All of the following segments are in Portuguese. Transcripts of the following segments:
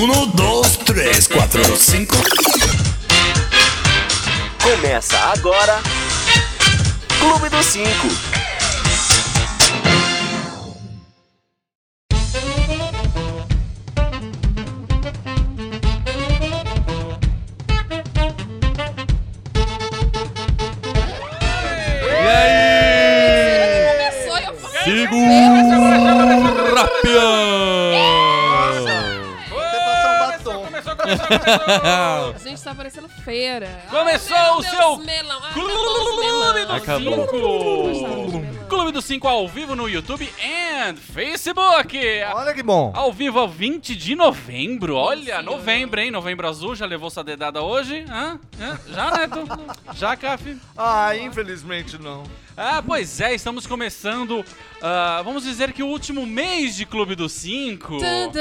1, 2, 3, 4, 5. Começa agora Clube dos 5. Segura, A gente tá parecendo feira. Começou o seu Clube Acabou. Clube dos 5 ao vivo no YouTube e Facebook. Olha que bom. Ao vivo ao 20 de novembro. Olha, novembro, hein? Novembro azul. Já levou sua dedada hoje? Hã? Já, Neto? Já, Caf? Ah, infelizmente não. Ah, pois é, estamos começando, vamos dizer que o último mês de Clube dos 5.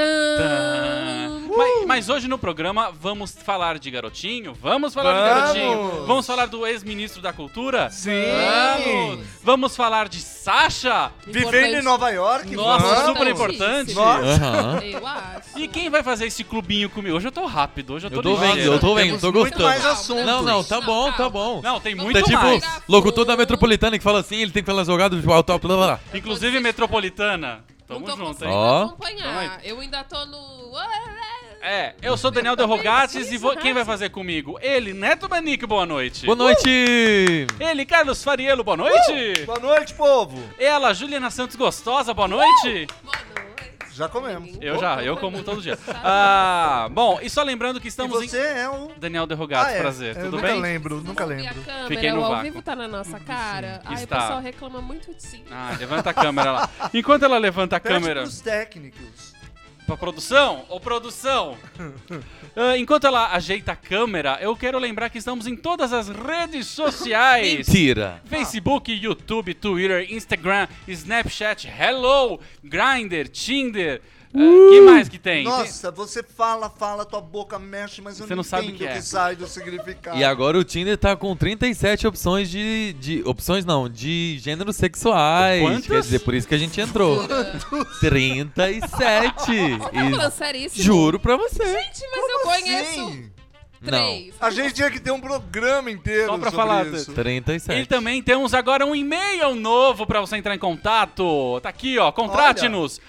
Mas hoje no programa vamos falar de garotinho? Vamos falar de garotinho? Vamos falar do ex-ministro da cultura? Sim. Vamos falar de Sasha? Vivendo em Nova York. Nossa, vamos. super importante. Nossa. Eu acho. E quem vai fazer esse clubinho comigo? Hoje eu tô rápido, hoje eu tô Eu tô ligeiro. vendo, tô Temos muito gostando. mais assuntos. Não, tá bom, tá bom. Não, tem muito Tá tipo, mais. locutor da Metropolitana que fala assim, ele tem que falar jogado de alto, blá blá blá. Inclusive Metropolitana. Não Tamo tô junto, conseguindo hein? Ó. acompanhar. Eu ainda tô no... Eu sou Daniel Derrogates e quem vai fazer comigo? Ele, Neto Manique, boa noite. Boa noite! Ele, Carlos Fariello, boa noite. Boa noite, povo. Ela, Juliana Santos Gostosa, boa noite. Boa noite. Já comemos. Eu como todo dia. Bom, e só lembrando que E estamos você é o... Daniel Derrogates, Ah, é. prazer, Eu tudo nunca bem? lembro, nunca Vamos ver lembro. a câmera, Fiquei no o ao vácuo. vivo tá na nossa cara. Aí Está. o pessoal reclama muito de si. Levanta a câmera lá. Enquanto ela levanta a Pede câmera pros técnicos. pra produção, enquanto ela ajeita a câmera, eu quero lembrar que estamos em todas as redes sociais. Mentira! Facebook, YouTube, Twitter, Instagram, Snapchat, Hello, Grindr, Tinder. Que mais que tem? Nossa, você fala, tua boca mexe, mas eu Você não sabe entendo o que é. sai do significado. E agora o Tinder tá com 37 opções de gêneros sexuais. Quantas? Quer dizer, por isso que a gente entrou. 37! Tá falando seríssimo? Juro pra você. Gente, mas eu conheço Assim? 3. A gente tinha que ter um programa inteiro Só pra sobre falar isso. 37. E também temos agora um e-mail novo pra você entrar em contato. Tá aqui, ó. Contate-nos.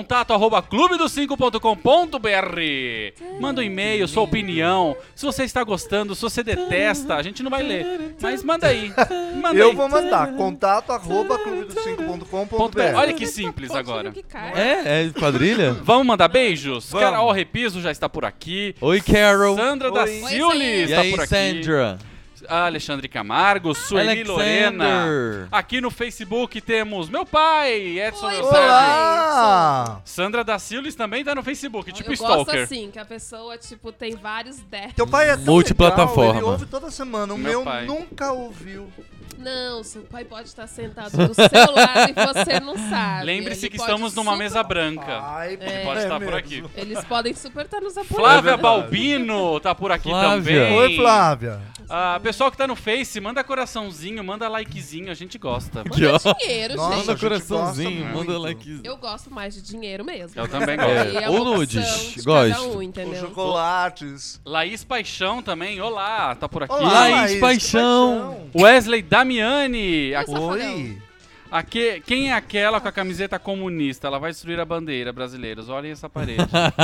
contato@clubedos5.com.br. Manda um e-mail, sua opinião. Se você está gostando, se você detesta, a gente não vai ler. Mas manda aí. Manda Eu aí. vou mandar. contato@clubedos5.com.br. Olha que simples agora. É quadrilha? Vamos mandar beijos? Vamos. Carol Repiso já está por aqui. Oi, Carol. Sandra da Oi. Silva E está aí, por aqui. Sandra? Alexandre Camargo, Sueli Alexander. Lorena. Aqui no Facebook temos meu pai, Edson Oi, Eusébio. Olá! Sandra da Silva também tá no Facebook, tipo eu Stalker. gosto assim, que a pessoa, tipo, tem vários Teu pai é tão Multiplataforma. legal, ele ouve toda semana. O Meu meu pai. nunca ouviu. Não, seu pai pode estar sentado do seu lado e você não sabe. Lembre-se Ele que pode estamos numa super- mesa branca. Ai, Ele pode estar por aqui. Eles podem super estar nos apoiando. Flávia verdade. Balbino tá por aqui Flávia. também. Oi, Flávia. Pessoal que tá no Face, manda coraçãozinho, manda likezinho, a gente gosta. Que ó. Manda dinheiro, Nossa, gente. Manda a gente coraçãozinho, gosta manda muito. like. Eu gosto mais de dinheiro mesmo. Eu também E gosto. é Ou uma nudes, opção de gosto. cada um, Os entendeu? chocolates. Laís Paixão também, olá, tá por aqui. Olá, Laís Laís, Paixão. Wesley Damiani, aqui, Oi. quem é aquela com a camiseta comunista? Ela vai destruir a bandeira, brasileiros. Olhem essa parede.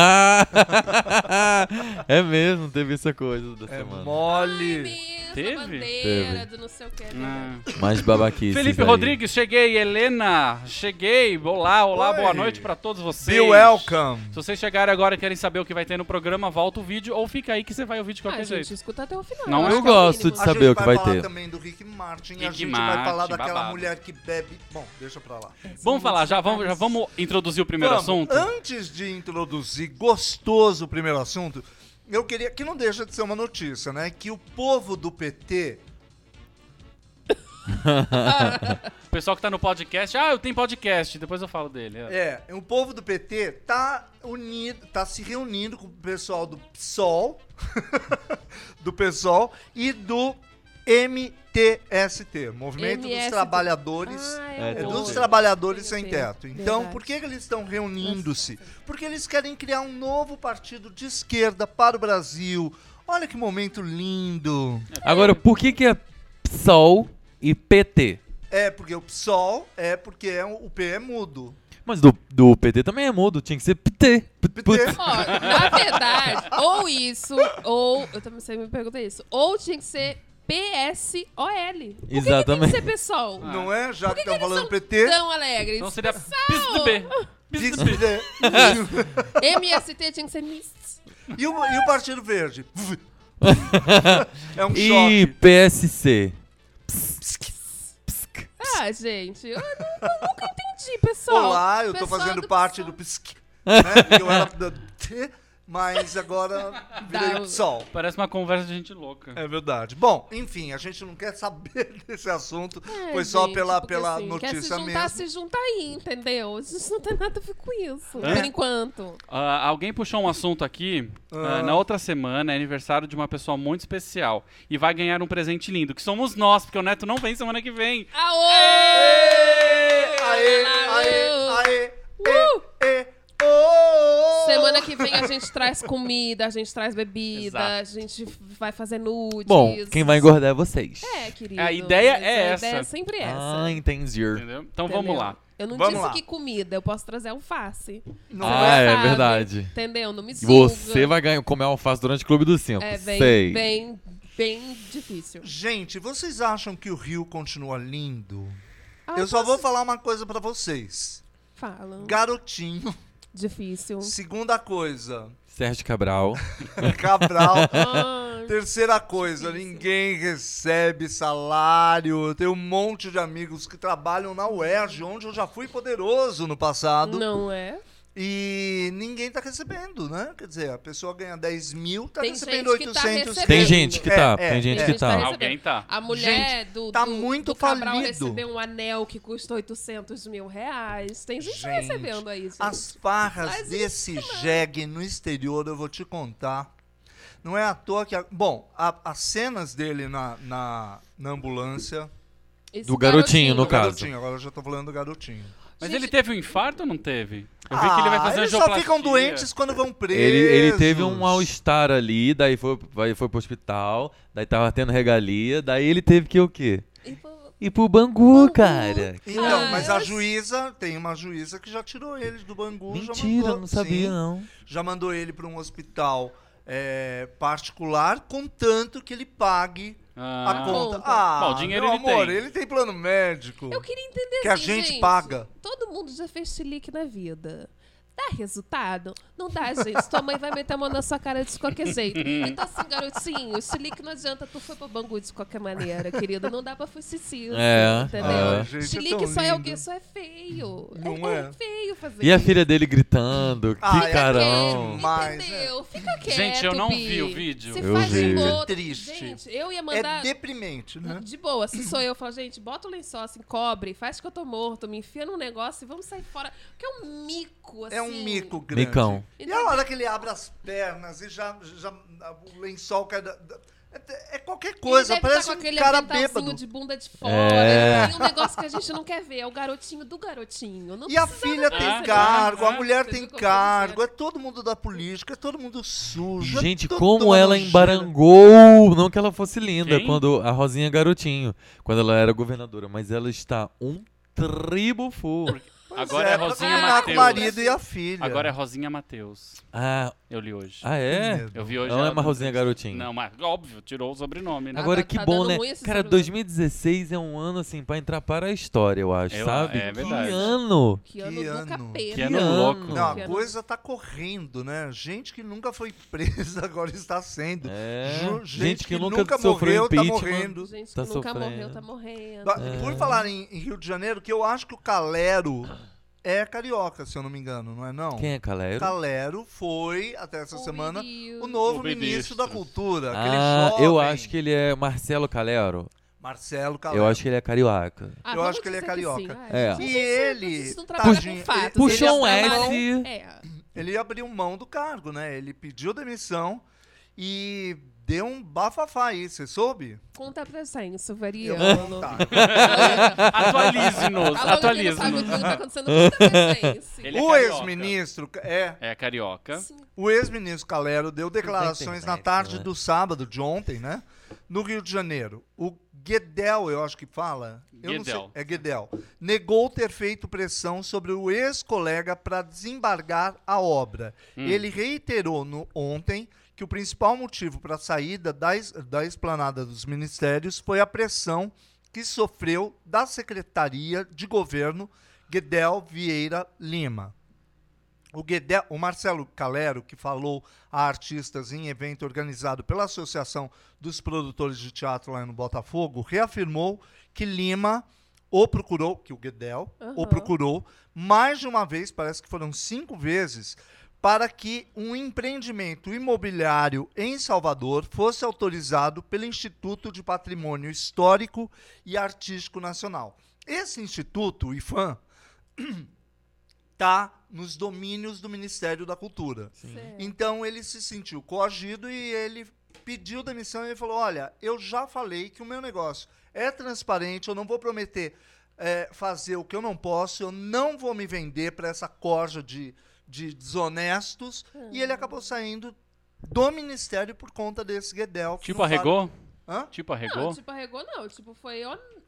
É mesmo, teve essa coisa da É semana. mole. Mesmo, Teve? a bandeira Teve. do não sei o que. Ah. Mais babaquices Felipe aí. Rodrigues, cheguei. Helena, cheguei. Olá, Oi. boa noite pra todos vocês. Be welcome. Se vocês chegarem agora e querem saber o que vai ter no programa, volta o vídeo ou fica aí que você vai ouvir de qualquer Ah, gente, jeito. escuta até o final. Não, acho eu que é o gosto mínimo. de saber o que vai A gente vai ter. falar também do Rick Martin e a Rick gente vai falar Martin, daquela babado. mulher que bebe... Bom, deixa pra lá. Vamos falar, já vamos introduzir o primeiro assunto? Antes de introduzir gostoso o primeiro assunto, eu queria, que não deixa de ser uma notícia, né? Que o povo do PT... O pessoal que tá no podcast, eu tenho podcast, depois eu falo dele. o povo do PT tá unido, tá se reunindo com o pessoal do PSOL, do PSOL e do MTST, Movimento dos MST. Trabalhadores... É, tem dos um- trabalhadores Tem sem um teto. T. Então, Verdade. por que eles estão reunindo-se? Porque eles querem criar um novo partido de esquerda para o Brasil. Olha que momento lindo. Agora, por que é PSOL e PT? É porque o PSOL é porque o P é mudo. Mas do PT também é mudo, tinha que ser PT. PT. Ó, na verdade, ou isso, ou... Eu também sempre me pergunto isso. Ou tinha que ser PSOL. Por que tem Exatamente. que ser PSOL? Não é? Já Por que que estão eles falando são PT. tão alegres? Então seria Pessoal! PISB. MST tinha que ser MIST. E o Partido Verde? É um E choque. PSC. Ah, gente, eu nunca entendi, pessoal. Olá, eu tô Pessoal fazendo do parte PSOL. do PSC. Né? Porque eu era do T, mas agora virei Dá, o PSOL. Parece uma conversa de gente louca. É verdade. Bom, enfim, a gente não quer saber desse assunto. É, Foi só gente, pela porque, assim, notícia quer se juntar, mesmo. se junta aí, entendeu? A gente não tem nada a ver com isso, É? por enquanto. Alguém puxou um assunto aqui. Ah. Na outra semana é aniversário de uma pessoa muito especial. E vai ganhar um presente lindo, que somos nós, porque o Neto não vem semana que vem. Aô! Aê, aê, Semana que vem a gente traz comida, a gente traz bebida, Exato. a gente vai fazer nudes. Bom, quem vai engordar é vocês. É, querido. A ideia mas é a essa. ideia é sempre essa. Ah, entendi. Entendeu? Então entendeu? vamos lá. Eu não Vamos disse lá. que comida, eu posso trazer alface. Não Ah, é Sabe? verdade. Entendeu? Não me suga. Você vai comer alface durante o Clube dos 5. É Sei. bem difícil. Gente, vocês acham que o Rio continua lindo? Ah, Eu só posso- vou falar uma coisa pra vocês. Fala. Garotinho. Difícil. Segunda coisa, Sérgio Cabral. Cabral. Ai, Terceira coisa, difícil. ninguém recebe salário. Eu tenho um monte de amigos que trabalham na UERJ, onde eu já fui poderoso no passado. não é? E ninguém tá recebendo, né? Quer dizer, a pessoa ganha 10 mil, tá Tem recebendo gente que tá 800. recebendo. Tem gente que tá, É, tem gente é. que A gente tá tá. recebendo. Alguém tá. A mulher Gente, do, tá do, muito do Cabral falido. recebeu um anel que custa 800 mil reais. Tem gente, Gente, recebendo aí, gente. As farras Mas desse jegue no exterior, eu vou te contar. Não é à toa que... Bom, as cenas dele na ambulância... Esse do garotinho, no do caso. garotinho, agora eu já tô falando do garotinho. Mas Gente, ele teve um infarto ou não teve? Eu vi que ele vai fazer eles angioplastia. só ficam doentes quando vão presos. Ele teve um mal-estar ali, daí foi pro hospital, daí tava tendo regalia, daí ele teve que o quê? E, pô, Ir pro Bangu, cara. Então, Ah, mas eu a acho- juíza, tem uma juíza que já tirou eles do Bangu. já Mentira, mandou, não sabia sim, não. Já mandou ele para um hospital particular, contanto que ele pague a Ah, conta. Conta. Ah, Bom, dinheiro meu ele amor, tem. ele tem plano médico. eu queria entender Que a assim, gente paga. Todo mundo já fez chilique na vida. Dá resultado? Não dá, gente. Tua mãe vai meter a mão na sua cara de qualquer jeito. Então, assim, garotinho, o chilique não adianta. Tu foi pro Bangu de qualquer maneira, querido. Não dá pra fugir isso, É, entendeu? é. Gente, é Chilique tão só é o lindo. quê? Só é feio. Não é? feio fazer E a isso. filha dele gritando, Ah, é que carão. quieto. Mas, Entendeu? Fica quieto, Gente, eu não Bi. vi o vídeo. Se Eu faz vi. um É outro. triste. Gente, eu ia É mandar... deprimente, né? De boa, se sou eu, falo, gente, bota o lençol assim, cobre, faz que eu tô morto, me enfia num negócio e vamos sair fora. Porque é um mico, assim. É um mico grande. Micão. E a hora que ele abre as pernas e já o lençol cai é qualquer coisa, Ele deve parece tá com um aquele cara aventalzinho bêbado. de bunda de fora. É. Tem um negócio que a gente não quer ver, é o garotinho do garotinho. Não E a precisa filha ver, tem entendeu? cargo, a Ah, mulher entendeu tem como eu tô cargo, dizendo? é todo mundo da política, é todo mundo sujo. é Gente, tudo como uma ela nojeira. embarangou. Não que ela fosse linda, Quem? quando a Rosinha Garotinho, quando ela era governadora, mas ela está um tribo full. Pois Agora é pra Rosinha combinar com o Mateus. marido e a filha. Agora é Rosinha Matheus. Ah, Eu li hoje. é? Eu vi hoje. Ela não é mais Rosinha Garotinho. Não, mas óbvio, tirou o sobrenome, né? Agora tá- que tá bom, dando né? ruim esse Cara, sobrenome. 2016 é um ano assim pra entrar para a história, eu acho, Eu- sabe? é verdade. Que ano! Que ano Que do ano. capeta. Que ano ano. louco. Não, Que a ano- coisa tá correndo, né? Gente que nunca foi presa agora está sendo. É. Gente que nunca nunca sofreu morreu, tá impeachment. morrendo. Gente Tá que nunca sofrendo. morreu, tá morrendo. Por falar em Rio de Janeiro, que eu acho que o Calero é carioca, se eu não me engano, não é não? Quem é Calero? Calero foi, até essa O semana, ministro. o novo O ministro ministro. da Cultura. Aquele Ah, jovem eu acho que ele é Marcelo Calero. Marcelo Calero. Eu acho que ele é carioca. Ah, eu vamos acho que ele é dizer sim. carioca. Ai, É. gente, E isso- ele, isso não trabalha tadinho, com fatos. puxou Eles um trabalham- S. É. Ele abriu mão do cargo, né? Ele pediu demissão e deu um bafafá aí, você soube? Conta pra gente, Eu vou Severiano. contar. Atualize-nos, Falando que não sabe atualize-nos. o que tá acontecendo, conta pra gente. Ele é O carioca. ex-ministro, É carioca. o ex-ministro Calero deu declarações na internet, tarde né? do sábado de ontem, né? No Rio de Janeiro. O Guedel, eu acho que fala. Eu não sei, Guedel. é Guedel. Negou ter feito pressão sobre o ex-colega para desembargar a obra. Ele reiterou ontem que o principal motivo para a saída da esplanada dos ministérios foi a pressão que sofreu da Secretaria de Governo Guedel Vieira Lima. O Marcelo Calero, que falou a artistas em evento organizado pela Associação dos Produtores de Teatro lá no Botafogo, reafirmou que Lima o procurou, que o Guedel o procurou mais de uma vez, parece que foram 5 vezes, para que um empreendimento imobiliário em Salvador fosse autorizado pelo Instituto de Patrimônio Histórico e Artístico Nacional. Esse instituto, o IFAM, está nos domínios do Ministério da Cultura. Então ele se sentiu coagido e ele pediu demissão e ele falou, olha, eu já falei que o meu negócio é transparente, eu não vou prometer fazer o que eu não posso, eu não vou me vender para essa corja de desonestos, e ele acabou saindo do Ministério por conta desse Guedel. que Tipo, não sabe- arregou? Hã? Tipo, Não, arregou? tipo, arregou não. Tipo, foi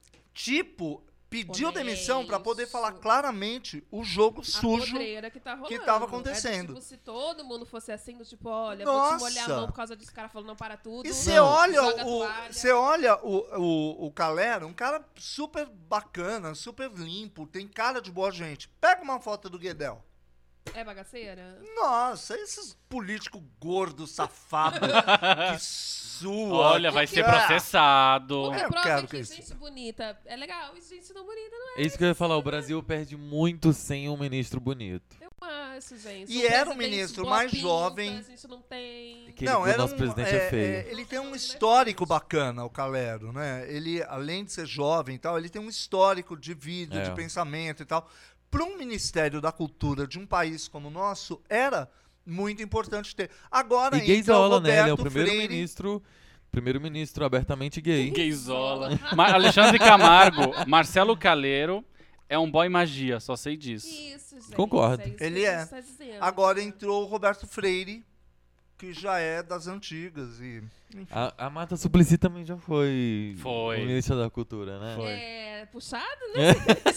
Tipo, pediu Honesto. demissão para poder falar claramente o jogo a sujo. podreira que tá rolando. que tava acontecendo. É, tipo, se todo mundo fosse assim, do tipo, olha, vou Nossa. te molhar a mão por causa disso, cara falando não para tudo. E você olha, joga a toalha. você olha o Calero, um cara super bacana, super limpo, tem cara de boa gente. Pega uma foto do Guedel. É bagaceira? Nossa, esses políticos gordos, safados, que sua. Olha, vai ser Ah, processado. Porque eu prova quero que que isso- gente bonita é legal e gente não bonita não É isso que eu ia falar, o Brasil perde muito sem um ministro bonito. acho, gente. E era um presidente ministro boa mais pinta, jovem. A gente não tem. Que Não, o era nosso presidente é feio. ele tem um histórico bacana, o Calero, né? Ele, além de ser jovem e tal, ele tem um histórico de vida, É. de pensamento e tal. Para um Ministério da Cultura de um país como o nosso, era muito importante ter. Agora E entra o gayzola, né? Ele é o Roberto Freire. primeiro-ministro abertamente gay. Gayzola. Alexandre Camargo, Marcelo Calero é um boy magia, só sei disso. Isso, gente. Concordo. É isso Ele que a é. gente tá dizendo. Agora entrou o Roberto Freire, que já é das antigas. E, enfim. A Marta Suplicy também já foi, Foi. ministra da Cultura, né? Foi. É puxado, né?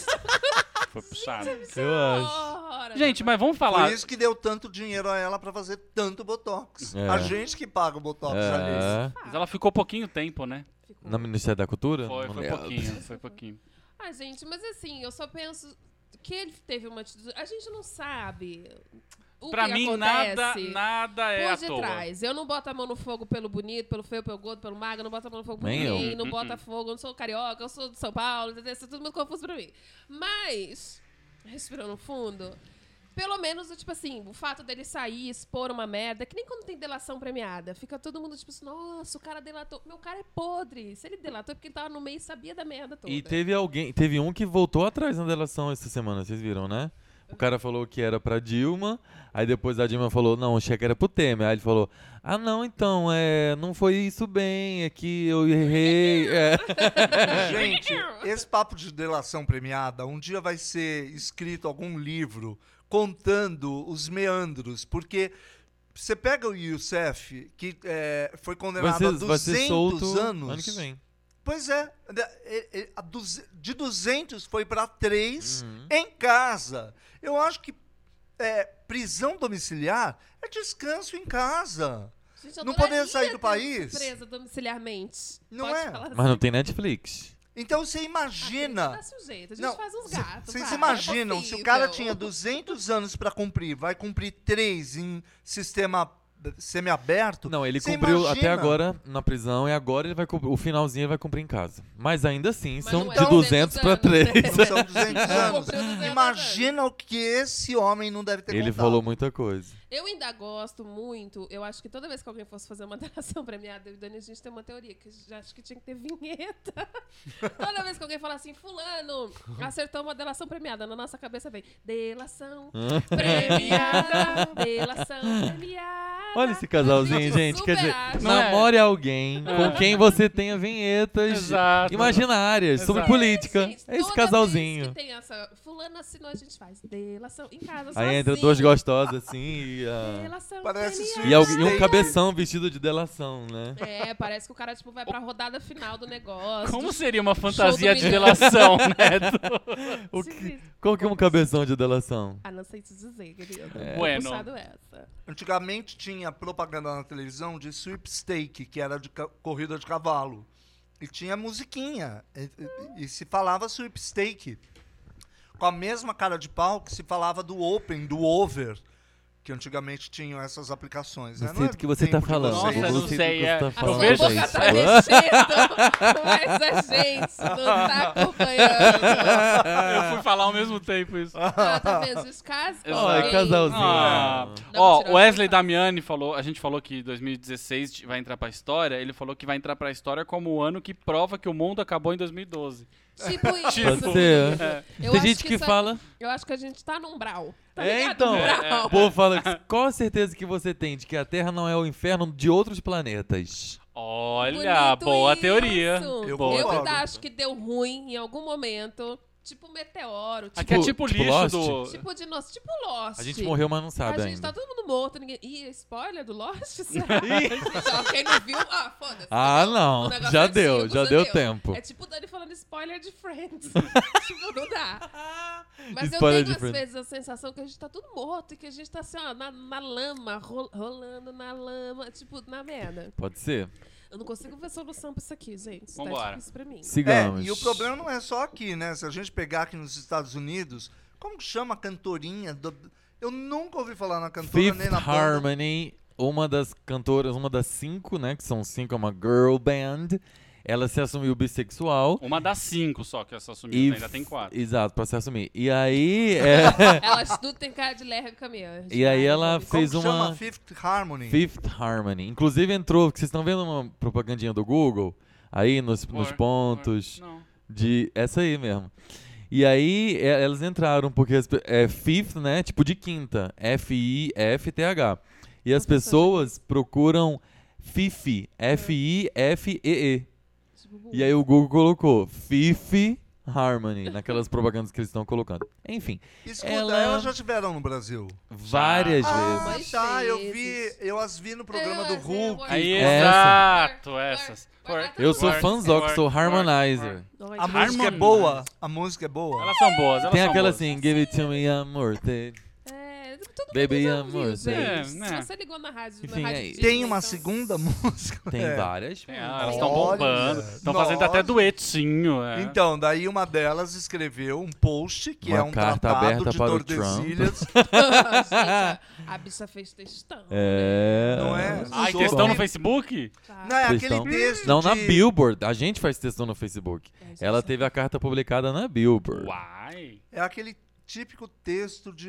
Foi puxado. Eu acho. Ora, Gente, mas vamos falar. Por isso que deu tanto dinheiro a ela pra fazer tanto Botox. É. A gente que paga o Botox ali. É. Mas ela ficou pouquinho tempo, né? ficou. No Ministério da Cultura? Foi Não pouquinho, lembro. foi pouquinho. Ah, gente, mas assim, eu só penso que ele teve uma atitude. A gente não sabe. O Pra que mim, acontece nada é à por toa. detrás. Eu não boto a mão no fogo pelo bonito, pelo feio, pelo gordo, pelo magro, eu não boto a mão no fogo por Nem eu. ninguém, não boto fogo, eu não sou carioca, eu sou de São Paulo, entendeu? Isso é tudo muito confuso pra mim. Mas, respirando fundo, pelo menos, tipo assim, o fato dele sair, expor uma merda, que nem quando tem delação premiada, fica todo mundo tipo assim, nossa, o cara delatou. Meu cara é podre. Se ele delatou é porque ele tava no meio e sabia da merda toda. E teve um que voltou atrás na delação essa semana, vocês viram, né? O cara falou que era pra Dilma, aí depois a Dilma falou, não, o cheque era pro Temer. Aí ele falou, ah não, então, não foi isso bem, é que eu errei. Gente, esse papo de delação premiada, um dia vai ser escrito algum livro contando os meandros, porque você pega o Youssef, que foi condenado a Vai ser solto 200 anos. ano que vem. Pois é, de 200 foi para 3 em casa. Eu acho que prisão domiciliar é descanso em casa. Gente, eu não poder adoraria sair do ter país? presa domiciliarmente. Não Pode é? falar Mas não tem Netflix. Então você A gente imagina... dá sujeito, a gente Não, faz uns gatos. Vocês vai, imaginam, é se o cara possível. tinha 200 anos para cumprir, vai cumprir 3 em sistema semiaberto? Não, ele Você cumpriu imagina? até agora na prisão e agora ele vai o finalzinho ele vai cumprir em casa. Mas ainda assim, Mas são não é de 200 para 3. Não são 200 anos. Cumpriu 200 Imagina o que esse homem não deve ter Ele contado. falou muita coisa. Eu ainda gosto muito, eu acho que toda vez que alguém fosse fazer uma delação premiada, eu e o Dani, a gente tem uma teoria, que já acho que tinha que ter vinheta. Toda vez que alguém fala assim, fulano, acertou uma delação premiada, na nossa cabeça vem, delação premiada, delação premiada. Olha esse casalzinho, Eu gente. Quer dizer, super acho. Não é? namore alguém com quem você tenha vinhetas Exato. imaginárias sobre Exato. política. Gente, É esse toda casalzinho. vez que tem essa fulano assinou, a gente faz delação em casa Aí entra sozinho. duas gostosas assim e, Delação Parece premiada. Sweet e um Steak. cabeção vestido de delação, né? É, parece que o cara tipo, vai pra rodada final do negócio. Como do seria uma fantasia de milhão. delação, Neto? O qual que é um cabeção de delação? Ah, não sei te dizer, querido. Bueno. Puxado essa. Antigamente tinha propaganda na televisão de sweepstake, que era de corrida de cavalo. E tinha musiquinha. E se falava sweepstake. Com a mesma cara de pau que se falava do open, do over. Que antigamente tinham essas aplicações. Não né? sei Não é do que você tá tempo de falando. Nossa, vocês. eu não sei do sei, que você é. tá Eu falando, vejo- A gente. boca tá mexendo, mas a gente não tá acompanhando. Eu fui falar ao mesmo tempo isso. Ah, tá vendo? Os casos. Exato. Ai, casalzinho. Ah. Não, Ó, mentira, Wesley não. Damiani falou, a gente falou que 2016 vai entrar pra história, ele falou que vai entrar pra história como o ano que prova que o mundo acabou em 2012. Tipo isso. Pode ser. É. Eu Tem acho gente que isso fala. Eu acho que a gente tá num umbral. Tá É, ligado? então. Umbral. O povo fala. Qual a certeza que você tem de que a Terra não é o inferno de outros planetas? Olha, Bonito boa isso. teoria. Eu Boa. Eu concordo. ainda acho que deu ruim em algum momento. Tipo meteoro. Aqui é tipo tipo lixo Lost? do... Tipo de nosso. Tipo Lost. A gente morreu, mas não A sabe gente ainda. tá todo mundo morto. Ninguém... Ih, spoiler do Lost? Será? Só quem não viu, foda-se. Ah, O não. negócio Já é deu, antigo, já deu tempo. É tipo o Dani falando spoiler de Friends. Tipo, não dá. Mas Spoiler eu de tenho, às Friends. vezes, a sensação que a gente tá tudo morto e que a gente tá assim, ó, na lama, rolando na lama, tipo, na merda. Pode ser. Eu não consigo ver solução pra isso aqui, gente. Isso Vambora. tá difícil pra mim. Sigamos. E o problema não é só aqui, né? Se a gente pegar aqui nos Estados Unidos, como que chama a cantorinha? Eu nunca ouvi falar na cantora Fifth nem na banda. Harmony, uma das cantoras, uma das 5, né? Que são 5, é uma girl band. Ela se assumiu bissexual. Uma das 5 só que essa assumiu, E né? Ainda tem 4. Exato, pra se assumir. E aí, Elas tudo tem cara de lerra e caminhão. e aí ela Como fez que chama uma Fifth Harmony? Fifth Harmony. Inclusive entrou, vocês estão vendo uma propagandinha do Google aí nos pontos Não. de essa aí mesmo. E aí elas entraram porque é fifth, né? Tipo de quinta, F-I-F-T-H. E as pessoas procuram Fifi, F-I-F-E-E. E aí o Google colocou Fifi Harmony naquelas propagandas que eles estão colocando. Enfim, Escuta, ela- elas já tiveram no Brasil. várias Ah, vezes. tá, eu vezes. as vi no programa do Hulk. Aí, Essa. exato, essas. Eu sou Work, fãzão, sou work, harmonizer. A música é Harmony. boa? A música é boa? Elas são boas, elas Tem são aquela boas. assim, give it to me, amor. Tudo Baby, mundo já amor, ouviu, gente. é, Se né? você ligou na rádio, Enfim, na rádio aí- Disney, Tem uma então- segunda música? Tem É. várias. Elas estão Olha, bombando. Estão fazendo até nossa. duetinho. É. Então, daí uma delas escreveu um post que Uma é um carta tratado aberta de para o Tordesilhas. Gente, a bicha fez textão. É. Não é? Ai, sobre- textão no Facebook? Tá? Não, é aquele Textão? texto Não, na de- Billboard. A gente faz textão no Facebook. Ela teve a carta publicada na Billboard. Uai. É aquele típico texto de...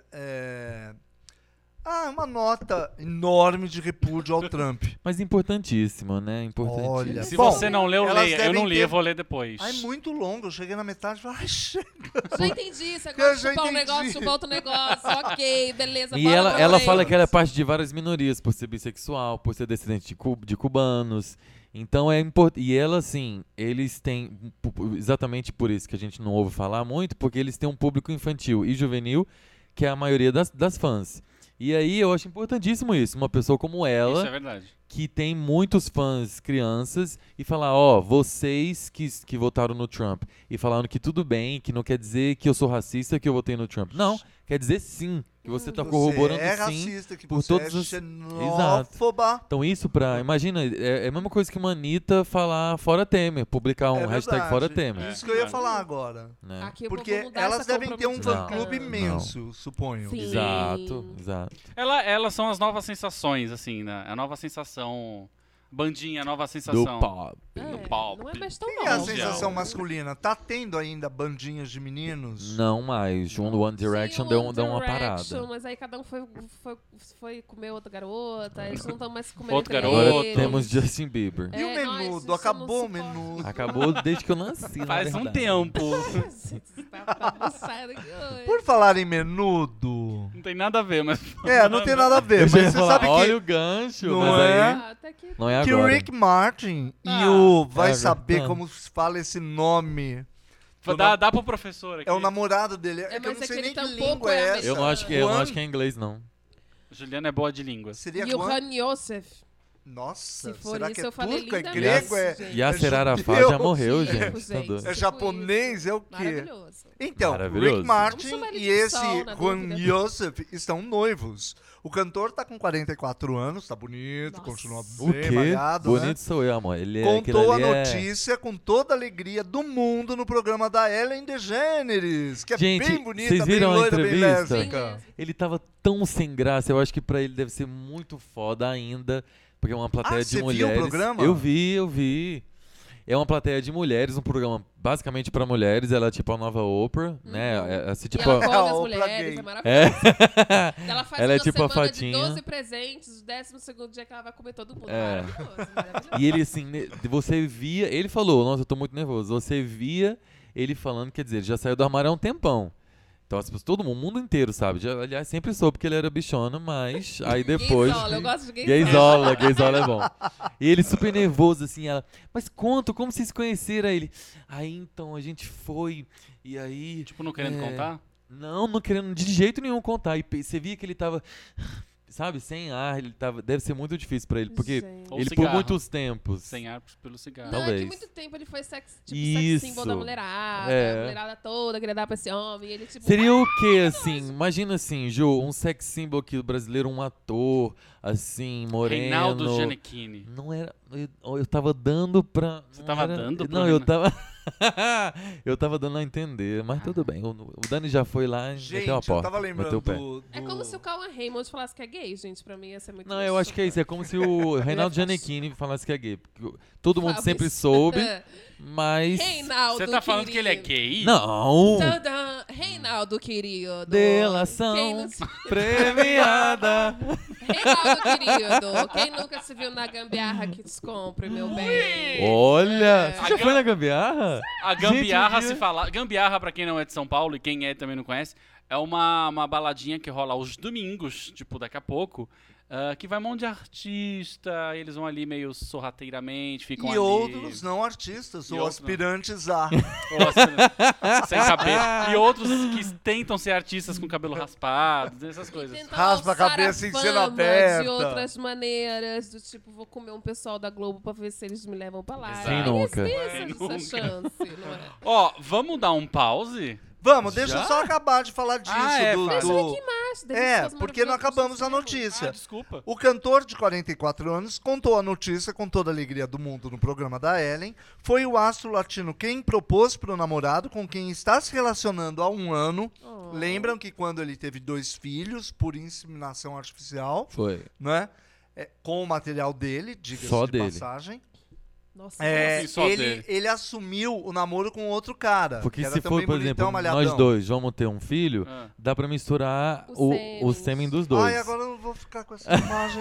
uma nota enorme de repúdio ao Trump. Mas importantíssimo, né? Importantíssimo. Olha, Se Bom, você não leu, elas leia. Eu devem não li, ter- eu vou ler depois. É muito longo, eu cheguei na metade e falei, ai, chega. Já entendi, você Eu gosta de já chupar um entendi. negócio, chupar outro negócio, ok, beleza. E bora ela, pra ela frente. fala que ela é parte de várias minorias, por ser bissexual, por ser descendente de cubanos. Então é importante. E ela, assim, eles têm. Exatamente por isso que a gente não ouve falar muito, porque eles têm um público infantil e juvenil, que é a maioria das fãs. E aí eu acho importantíssimo isso. Uma pessoa como ela, Isso é verdade. que tem muitos fãs crianças, e falar, ó, vocês que votaram no Trump e falaram que tudo bem, que não quer dizer que eu sou racista, que eu votei no Trump. Não, quer dizer sim, que você tá corroborando é sim. racista, que por você todos é os- xenófoba. Então isso imagina, é a mesma coisa que uma Anitta falar fora Temer, publicar um É hashtag verdade. fora Temer. Isso que eu ia falar agora. Né? Aqui o Porque povo não dá elas essa devem ter um comprometida. fã-clube Não. imenso, suponho. Sim. Exato, exato. Elas são as novas sensações, assim, né? A nova sensação. Bandinha, a nova sensação. Do pop. do pop. Não é mais tão E a novo. sensação masculina? Tá tendo ainda bandinhas de meninos? Não mais. One Direction Sim, deu, One deu uma Direction, parada. Mas aí cada um foi comer outra garota, eles não estão mais comendo Outro entre garoto. Agora eles. temos Justin Bieber. E o É, nós, menudo? isso Acabou o não suporta. menudo. Acabou desde que eu nasci, na Faz um verdade. tempo. Tá bagunçado aqui hoje. Por falar em menudo, tem nada a ver, mas... Não tem nada a ver, Eu já ia mas você falar, sabe olha que... o gancho, Não mas é? aí Até que... não é Que agora. o Rick Martin e Ah, o... Vai é, saber tá. como se fala esse nome. Dá pro professor aqui. É o namorado dele. É que eu mas não sei aquele nem que tampouco língua é é essa. americano. Eu não acho que é inglês, não. Juliana é boa de línguas. Seria E o Juan? Han Yosef. Nossa, Se for será isso, que é eu falei turco? É lindamente, grego? É, gente. Yasser é Arafat judeu? já morreu, Sim, gente. Tá gente. doido. É japonês? É o quê? Maravilhoso. Então, Maravilhoso. Rick Martin Vamos chamar ele e de esse Sol, na Juan dúvida. Yosef estão noivos. O cantor tá com 44 anos, tá bonito, Nossa. continua O bem quê? malhado, Bonito né? sou eu, amor. Ele é, Contou a aquele ali notícia com toda a alegria do mundo no programa da Ellen DeGeneres, que é Gente, bem bonita, vocês viram bem a loira, bem entrevista? lésbica. Ele tava tão sem graça, eu acho que pra ele deve ser muito foda ainda, porque é uma plateia de você viu o mulheres. programa? Eu vi. É uma plateia de mulheres, um programa basicamente pra mulheres, ela é tipo a nova Oprah, né? É assim, E tipo ela a... come as Oprah mulheres, gay. é maravilhoso. É. Ela faz Ela é uma tipo a semana de Fatinha. 12 presentes, o 12º dia que ela vai comer todo mundo. É. Maravilhoso, maravilhoso. E ele assim, você via, ele falou, nossa, eu tô muito nervoso. Você via ele falando, quer dizer, ele já saiu do armário há um tempão. Então as pessoas, todo mundo, o mundo inteiro, sabe? Já, aliás, sempre soube que ele era bichona, mas aí depois... Gaysola, eu gosto de gaysola. Gaysola é bom. E ele super nervoso, assim, ela, mas conta, como vocês se conheceram? Aí ele, aí então, a gente foi, e aí... Tipo, não querendo contar? Não querendo de jeito nenhum contar. E você via que ele tava, sabe, sem ar, ele tava, deve ser muito difícil pra ele, porque Gente. Ou ele por cigarro. muitos tempos... Sem ar pelo cigarro. Não, é Talvez. que muito tempo ele foi sex Isso. symbol da mulherada, É. a mulherada toda queria dar pra esse homem, e ele tipo... Seria o quê, assim? Imagina assim, Ju, um sex symbol aqui do brasileiro, um ator, assim, moreno. Reinaldo Gianecchini. Não era. Eu tava dando pra. Você não tava era- dando pra Não, eu Renan- tava. eu tava dando a entender, mas tudo bem. O Dani já foi lá e Gente, meteu a eu porta. tava meteu lembrando o pé. do... É como se o Cauã Raymond falasse que é gay, gente, pra mim ia ser muito Não, eu acho que é isso. É como se o Reinaldo Gianecchini falasse que é gay. Porque todo mundo Fábio. sempre soube, mas. Reinaldo, Você tá falando que ele é querido. gay? Não! Tadã, Reinaldo, querido. Quem Delação não- premiada. Reinaldo, querido. Quem nunca se viu na gambiarra que descompre, meu bem? Olha! Você já A foi na gambiarra? A gambiarra, Gente, um se falar... Gambiarra, pra quem não é de São Paulo e quem é também não conhece, é uma baladinha que rola aos domingos, tipo, daqui a pouco, que vai um monte de artista, eles vão ali meio sorrateiramente, ficam E ali... outros não artistas, E ou outros não. aspirantes a. sem cabelo. E outros que tentam ser artistas com cabelo raspado, essas coisas. Tentam Raspa a alçar cabeça em fama cena aberta. De outras maneiras, do tipo, vou comer um pessoal da Globo pra ver se eles me levam pra lá. Quem nunca? Existe Quem nunca? essa chance, não é? Ó, vamos dar um pause? Vamos, deixa Já? eu só acabar de falar disso. Deixa o Rick Martin, É, porque não acabamos a Ah, notícia. desculpa. O cantor de 44 anos contou a notícia com toda a alegria do mundo no programa da Ellen. Foi o astro latino quem propôs para o namorado com quem está se relacionando há um ano. Oh. Lembram que quando ele teve 2 filhos por inseminação artificial, Foi. né? Com o material dele, diga-se Só de dele. passagem. Nossa, Assim, só dele. Ele assumiu o namoro com outro cara. Porque que era se for, também por bonitão, exemplo, malhadão. nós dois vamos ter um filho, Ah. dá pra misturar O o sêmen dos dois. Ai, agora eu não vou ficar com essa imagem.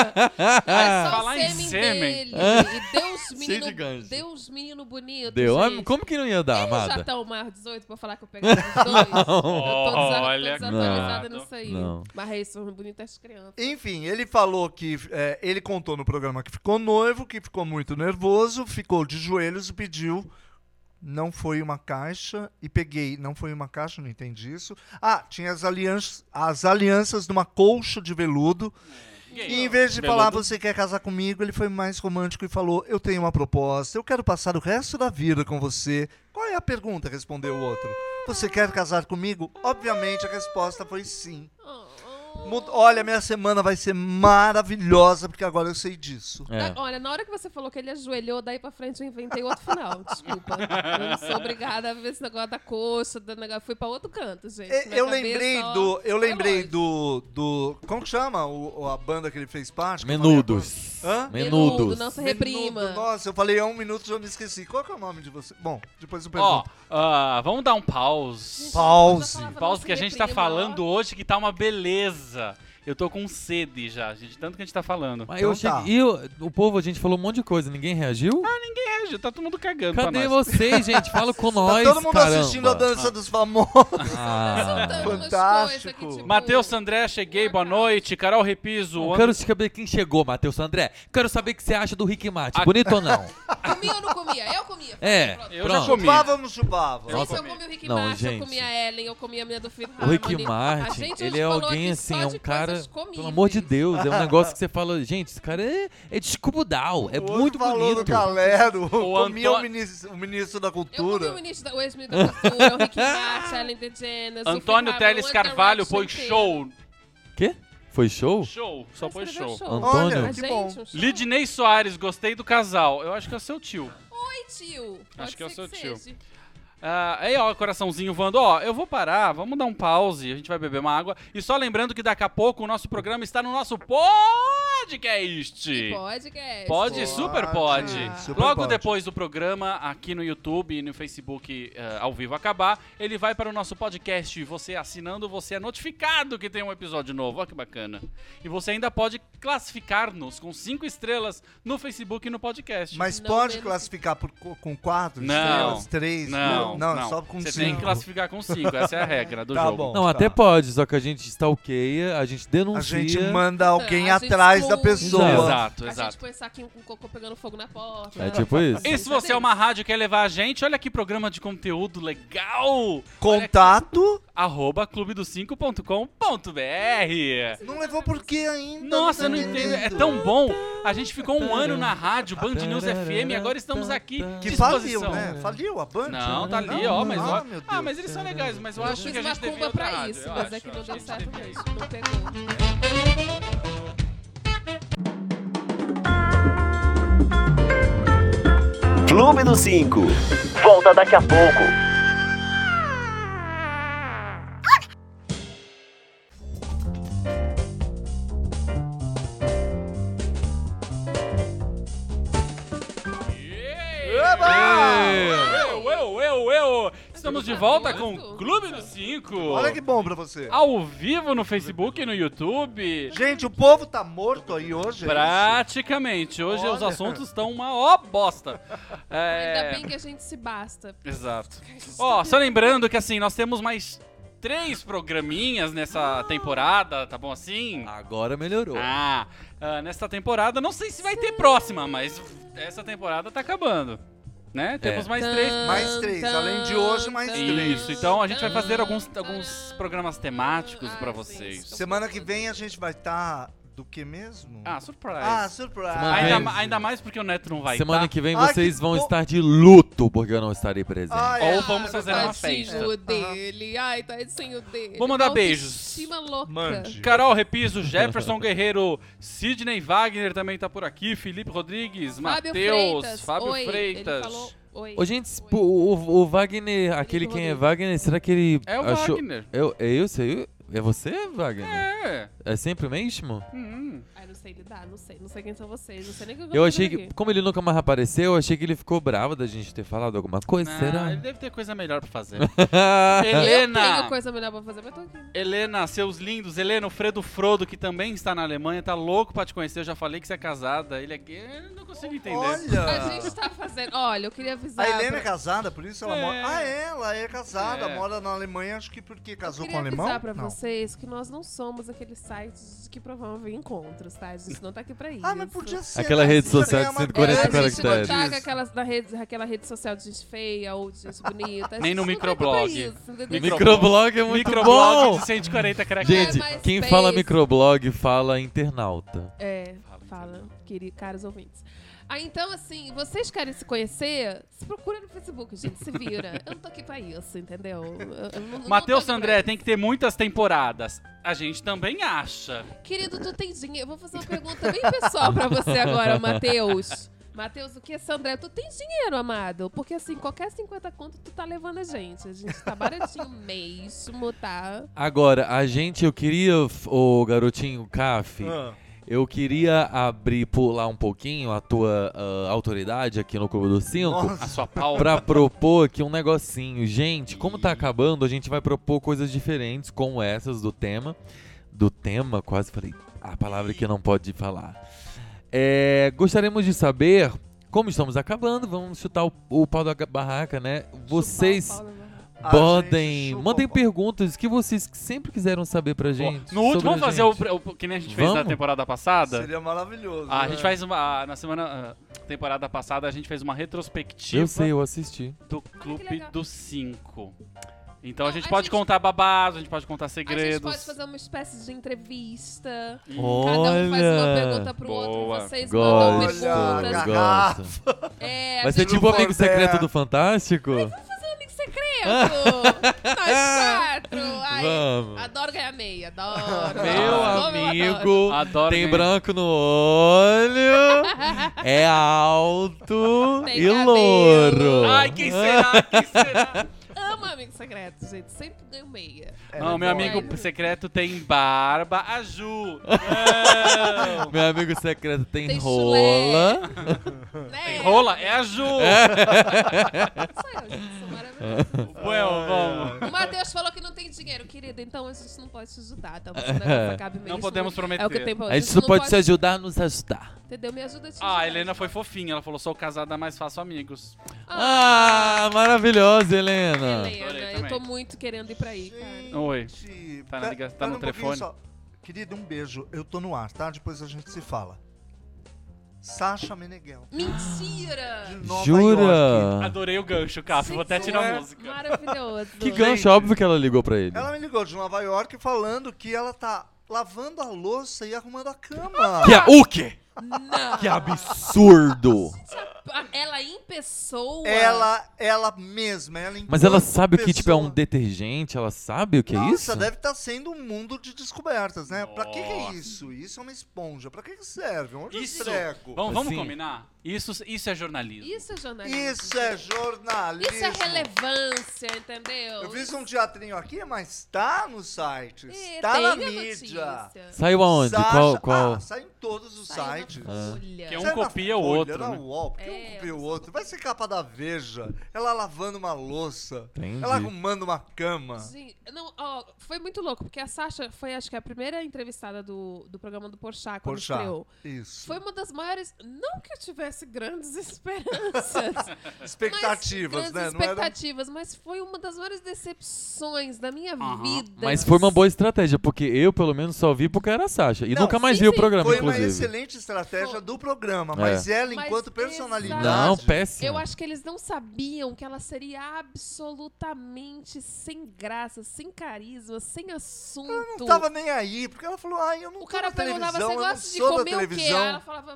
É só Falar o em sêmen sêmen. dele. E deu uns Cheio de gancho. meninos deu uns menino bonitos, Deu. Ah, gente. como que não ia dar, Eles já amada? estão mais 18 pra falar que eu peguei os dois. Eu tô Olha, desatualizada não. nisso aí. Não. Mas aí são bonitas crianças. Enfim, ele falou que ele contou no programa que ficou noivo, que ficou muito nervoso, ficou de joelhos e pediu. Não foi uma caixa e peguei. Não foi uma caixa, não entendi isso. Ah, tinha as alianças de uma colcha de veludo. E em vez de falar, você quer casar comigo, ele foi mais romântico e falou, eu tenho uma proposta, eu quero passar o resto da vida com você. Qual é a pergunta? Respondeu o outro. Você quer casar comigo? Obviamente a resposta foi sim. Olha, minha semana vai ser maravilhosa, porque agora eu sei disso. É. Olha, na hora que você falou que ele ajoelhou, daí pra frente eu inventei outro final. Desculpa. Eu não sou obrigada a ver esse negócio da coxa, do negócio. Fui pra outro canto, gente. Minha Eu cabeça, lembrei ó, do. Eu foi lembrei longe. do. Como que chama a banda que ele fez parte? Menudos. Hã? Menudos. Não se Menudo. reprima. Nossa, eu falei há um minuto e já me esqueci. Qual que é o nome de você? Bom, depois eu Ó, pergunto. vamos dar um pause. Pause. Eu falava, Pause, não se porque a gente tá reprima, falando hoje que tá uma beleza. Eu tô com sede já, gente, tanto que a gente tá falando. Mas Então eu cheguei. tá. E o povo, a gente falou um monte de coisa, ninguém reagiu? É, já tá todo mundo cagando pra Cadê nós. vocês, gente? Fala com nós, Tá todo mundo caramba. assistindo a dança dos famosos. Ah, Soltando umas fantástico. coisas que, tipo, Matheus André, cheguei, boa noite. Carol Repiso. eu quero saber quem chegou, Matheus André. Quero saber o que você acha do Rick Martin. Bonito ou não? Comia ou não comia? Eu comia. É, Pronto. Eu já pronto. comi. Chupávamos, chupava. Gente, Nossa. eu comi o Rick Não, Martin, eu gente. comi a Ellen, eu comi a menina do Phil O Rick Harmony. A Martin, gente ele hoje é falou alguém aqui assim, só é um de cara, coisas comíveis. pelo amor de Deus, é um negócio que você fala, gente, esse cara é de Scooby-Doo, é O outro muito falou bonito. do Calero, comia Antônio- o ministro da Eu comi Cultura. o ex-ministro da Cultura, o Rick Martin, a Ellen DeGeneres, Antônio Teles Carvalho põe show. Quê? Foi show? Show, só põe show. Antônio? Olha, que bom. Lidney Soares, gostei do casal. Eu acho que é o seu tio. Oi, tio. Acho que é o seu tio. seja. Aí, ó, coraçãozinho voando. Ó, eu vou parar, vamos dar um pause, a gente vai beber uma água. E só lembrando que daqui a pouco o nosso programa está no nosso podcast. Podcast. Pode, super pode. Super Logo pode. depois do programa, aqui no YouTube e no Facebook ao vivo acabar, ele vai para o nosso podcast. Você assinando, você é notificado que tem um episódio novo. Olha que bacana. E você ainda pode classificar-nos com 5 estrelas no Facebook e no podcast. Mas Não pode menos- classificar com 4 Não. estrelas, 3? Não, Não, só com 5. Você tem que classificar com 5, essa é a regra do Tá jogo. bom. Não, Tá. até pode, só que a gente stalkeia, a gente A denuncia. gente manda alguém A gente atrás da exclui. pessoa. Exato, A exato. gente põe saquinho com cocô pegando fogo na porta. É tipo isso. E se você é uma rádio e quer levar a gente, olha que programa de conteúdo legal! Contato. @clubedo5.com.br. Não levou por quê ainda? Nossa, eu não tô entendo. É tão bom. A gente ficou um ano na rádio, Band News FM, e agora estamos aqui. Que Disposição. faliu, né? Faliu a Band? Não, tá ali, Não, ó, mas ah, ó. meu Deus. Ah, mas eles são legais, mas eu Eu acho fiz que a gente devia macumba outra pra rádio. isso, Eu mas acho, é que eu não acho deu a gente certo devia mesmo. isso. Não pegou. Clube do 5. Volta daqui a pouco. Eu. Estamos de volta com o Clube do 5. Olha que bom pra você. Ao vivo no Facebook e no YouTube. Gente, o povo tá morto aí hoje. é Praticamente. Hoje os Olha. assuntos estão uma ó bosta. Ainda bem que a gente se basta. Exato. Ó, só lembrando que assim, nós temos mais 3 programinhas nessa temporada, tá bom assim? Agora melhorou. Nesta temporada, não sei se vai ter próxima, mas essa temporada tá acabando. Né? Temos mais 3. isso? Mais 3. Além de hoje, mais 3. Isso, então a gente vai fazer alguns programas temáticos pra vocês. Semana que vem a gente vai estar do que mesmo? Surprise. Surprise. Semana- Ainda mais porque o Neto não vai Semana tá? que vem Ai, vocês que vão bom. estar de luto, porque eu não estarei presente. Ou vamos fazer uma Tadinho festa. dele. Ai, tadinho dele. Vou mandar Uma beijos. autoestima louca. Mande. Carol Repiso, Jefferson Guerreiro, Sidney Wagner também tá por aqui, Felipe Rodrigues, Fábio Matheus, Freitas. Fábio Oi, Freitas. Ele falou oi. Ô, gente, o Wagner, aquele quem é Wagner, será que ele É o achou... Wagner. É isso? É você, Wagner? É. É sempre o mesmo? Ai, não sei lidar, não sei quem são vocês, não sei nem o que Eu tô achei fazendo que, aqui. como ele nunca mais apareceu, eu achei que ele ficou bravo da gente ter falado alguma coisa, será? Ele deve ter coisa melhor pra fazer. Eu tenho Helena, coisa melhor pra fazer, mas tô aqui. Helena, seus lindos. Helena, o Fredo Frodo, que também está na Alemanha, tá louco pra te conhecer. Eu já falei que você é casada. Ele é gay, eu não consigo entender. A Olha. gente tá fazendo... Olha, eu queria avisar... A Helena é pra- casada, por isso ela É. mora... ela é casada, É. mora na Alemanha, acho que porque casou Eu com o queria alemão? avisar pra Não. vocês que nós não somos aqueles sites que promovem encontros, tá? A gente não tá aqui pra isso. Ah, mas podia ser. Aquela né? rede Podia social ganhar de uma 140 grana A gente não caracteres. tá disso. aquela rede social de gente feia ou de gente bonita. A Nem gente no não tá aqui pra microblog. isso, entendeu? Microblog é muito Microblog bom! de 140 caracteres. Gente, mais quem space. fala microblog fala internauta. Fala, caros ouvintes. Então, assim, vocês querem se conhecer? Se procura no Facebook, gente, se vira. Eu não tô aqui pra isso, entendeu? Eu não Matheus tô aqui pra André, isso. tem que ter muitas temporadas. A gente também acha. Querido, tu tem dinheiro? Eu vou fazer uma pergunta bem pessoal pra você agora, Matheus. Matheus, o que é Sandré? Tu tem dinheiro, amado? Porque assim, qualquer 50 conto tu tá levando a gente. A gente tá baratinho mesmo, tá? Agora, eu queria, o garotinho Caf, eu queria pular um pouquinho a tua autoridade aqui no Clube dos 5 A sua pau. pra propor aqui um negocinho. Gente, como tá acabando, a gente vai propor coisas diferentes como essas do tema. do tema, quase falei a palavra que não pode falar. Gostaríamos de saber, como estamos acabando, vamos chutar o pau da barraca, né? Vocês mandem perguntas que vocês sempre quiseram saber pra gente. No último, sobre vamos a fazer gente. o que nem a gente fez na temporada passada? Seria maravilhoso. A né? gente faz na temporada passada, a gente fez uma retrospectiva Eu sei, eu assisti. do que Clube legal. dos 5. Então a Não, gente a pode gente- contar babados, a gente pode contar A gente segredos. pode fazer uma espécie de entrevista. Cada Olha! um faz uma pergunta pro outro. Boa. Vocês mandam Gosto, perguntas. gosto. É, Vai ser tipo o amigo secreto do Fantástico? amigo secreto! Nós 4! Ai, Vamos. adoro ganhar meia, adoro. Meu Adoro. amigo Adoro tem ganhar. branco no olho, é alto Tem e cabelo. louro. Ai, quem será? Quem será? Amo amigo secreto, gente. Sempre ganho meia. Não, meu amigo secreto tem barba. A Ju. Não. Meu amigo secreto tem Tem rola. Né? Tem rola? É a Ju. Sou eu, gente. Sou maravilhosa. Well, vamos. O Matheus falou que não tem dinheiro, querido. Então a gente não pode te ajudar. Tá? Esse negócio acabe mesmo. Não podemos prometer. É o que tem pra A gente só não pode se ajudar a nos ajudar. Entendeu? Me ajuda a te Ah, ajudar. a Helena foi fofinha. Ela falou, sou casada, mas faço amigos. Ah, maravilhosa, Helena. Adorei Helena, eu também. tô muito querendo ir pra aí, cara. Oi. Gente, Tá na liga- tá pera no um pouquinho telefone? só. Querido, um beijo. Eu tô no ar, tá? Depois a gente se fala. Sasha Meneghel. Mentira! De Nova York. Jura? Adorei o gancho, Cássio. Vou até Sim, tirar é. a música. Maravilhoso. Que gancho, óbvio que ela ligou pra ele. Ela me ligou de Nova York falando que ela tá lavando a louça e arrumando a cama. O quê? Não. Que absurdo. Ela em pessoa. Ela mesma, Mas ela enquanto sabe o que tipo é um pessoa- detergente? Ela sabe o que é Nossa, isso? deve estar sendo um mundo de descobertas, né? Pra que é Nossa. isso? Isso é uma esponja. Pra que serve? Onde eu Isso. entrego? Vamos Assim. combinar? Isso é jornalismo. Isso é jornalismo. Isso é jornalismo. Isso é relevância, entendeu? Eu fiz um teatrinho aqui, mas tá no site. É, Está tem na a mídia. notícia. Saiu aonde? Sasha- Qual? sai em todos os Saiu na sites. Folha. Que é um Sai na copia o Folha, outro, na né? UOL, porque É, um copia o outro. Vai ser capa da Veja. Ela lavando uma louça. Entendi. Ela arrumando uma cama. Gente, não, ó, foi muito louco, porque a Sasha foi, acho que, a primeira entrevistada do programa do Porchat, quando Poxa, estreou. isso. Foi uma das maiores. Não que eu tivesse grandes esperanças. Expectativas, grandes né? Não era... expectativas, mas foi uma das maiores decepções da minha Aham. vida. Mas foi uma boa estratégia, porque eu, pelo menos, só vi porque era a Sasha. E Não, nunca mais sim, vi o sim. programa, Foi uma inclusive. excelente estratégia Foi. do programa, mas ela, Mas enquanto personalidade... Não, péssimo. Eu acho que eles não sabiam que ela seria absolutamente sem graça, sem carisma, sem assunto. Ela não tava nem aí, porque ela falou, ai, eu não O tô cara na perguntava, televisão, você eu não gosta de sou da comer o quê? televisão. Aí ela falava,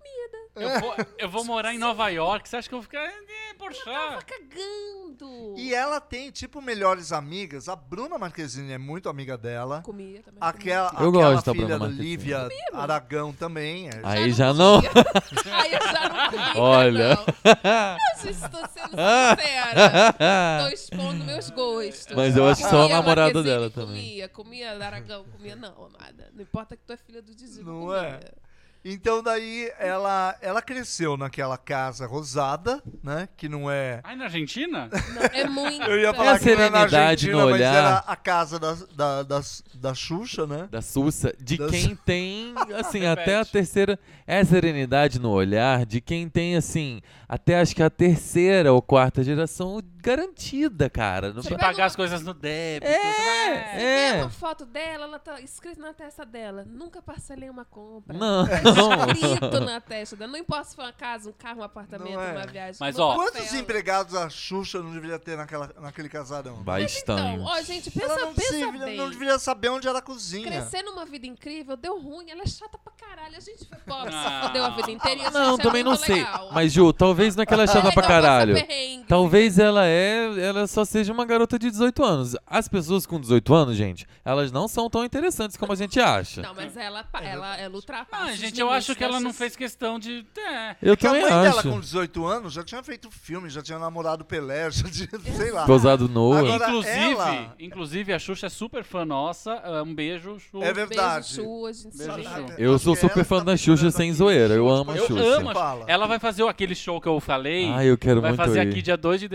Eu vou morar em Nova York. Você acha que eu vou ficar... tava Porchat. cagando. E ela tem, tipo, melhores amigas. A Bruna Marquezine é muito amiga dela. Comia também. Aquela Eu aquela gosto da filha Bruna da Marquezine. Lívia Aragão também. É. Aí já não. comia. Aí eu já não comia, Olha. não. Eu já estou sendo sincera. Tô expondo meus gostos. Mas eu acho que só a Comia namorada Marquezine, dela também. Comia Aragão, comia não, amada. Não importa que tu é filha do Didi, Não comia. é? Então daí ela cresceu naquela casa rosada, né? Que não é... Ai, na Argentina? Não, é muito. Eu ia É falar a que não é na serenidade Argentina, no mas olhar. era a casa da Xuxa, né? Da Sussa, de Das- quem tem, assim, Repete. até a terceira. É serenidade no olhar de quem tem, assim, até acho que a terceira ou quarta geração garantida, cara. Não Você fa- pagar as coisas no débito. É. Tem uma foto dela, ela tá escrito na testa dela. Nunca parcelei uma compra. Não. Tá escrito na testa dela. Não importa se foi uma casa, um carro, um apartamento, Não é. uma viagem. Mas, uma ó, Quantos parcela. empregados a Xuxa não deveria ter naquele casarão? Então, Bastante. ó, gente, Ela pensa, não, pensa bem. não deveria saber onde ela cozinha. Crescer numa vida incrível deu ruim, ela é chata pra caralho. A gente foi pobre, Ah. se fodeu a vida inteira e a Não, gente também é não muito sei. legal. Mas, Ju, talvez não é que ela é chata pra legal caralho. passar perrengue. Talvez ela só seja uma garota de 18 anos. As pessoas com 18 anos, gente, elas não são tão interessantes como a gente acha. Não, mas ela ultrapassa. Ah, os gente, eu limites acho que ela das- não fez questão de... Eu Porque a também mãe dela, acho. com 18 anos, já tinha feito filme, já tinha namorado Pelé, já tinha, sei lá. Gozado nua. Agora, Inclusive, a Xuxa é super fã nossa. Um beijo, Xuxa. É verdade. Beijo, Chu, a gente se Beijo, vê. Chu. Eu sou Acho que super ela fã tá da Xuxa fazendo sem aqui, zoeira. Eu Xuxa, amo a mas Xuxa. Eu amo a Fala. Ela vai fazer aquele show que eu falei. Ah, eu quero Vai muito fazer ir. aqui dia 2 de dezembro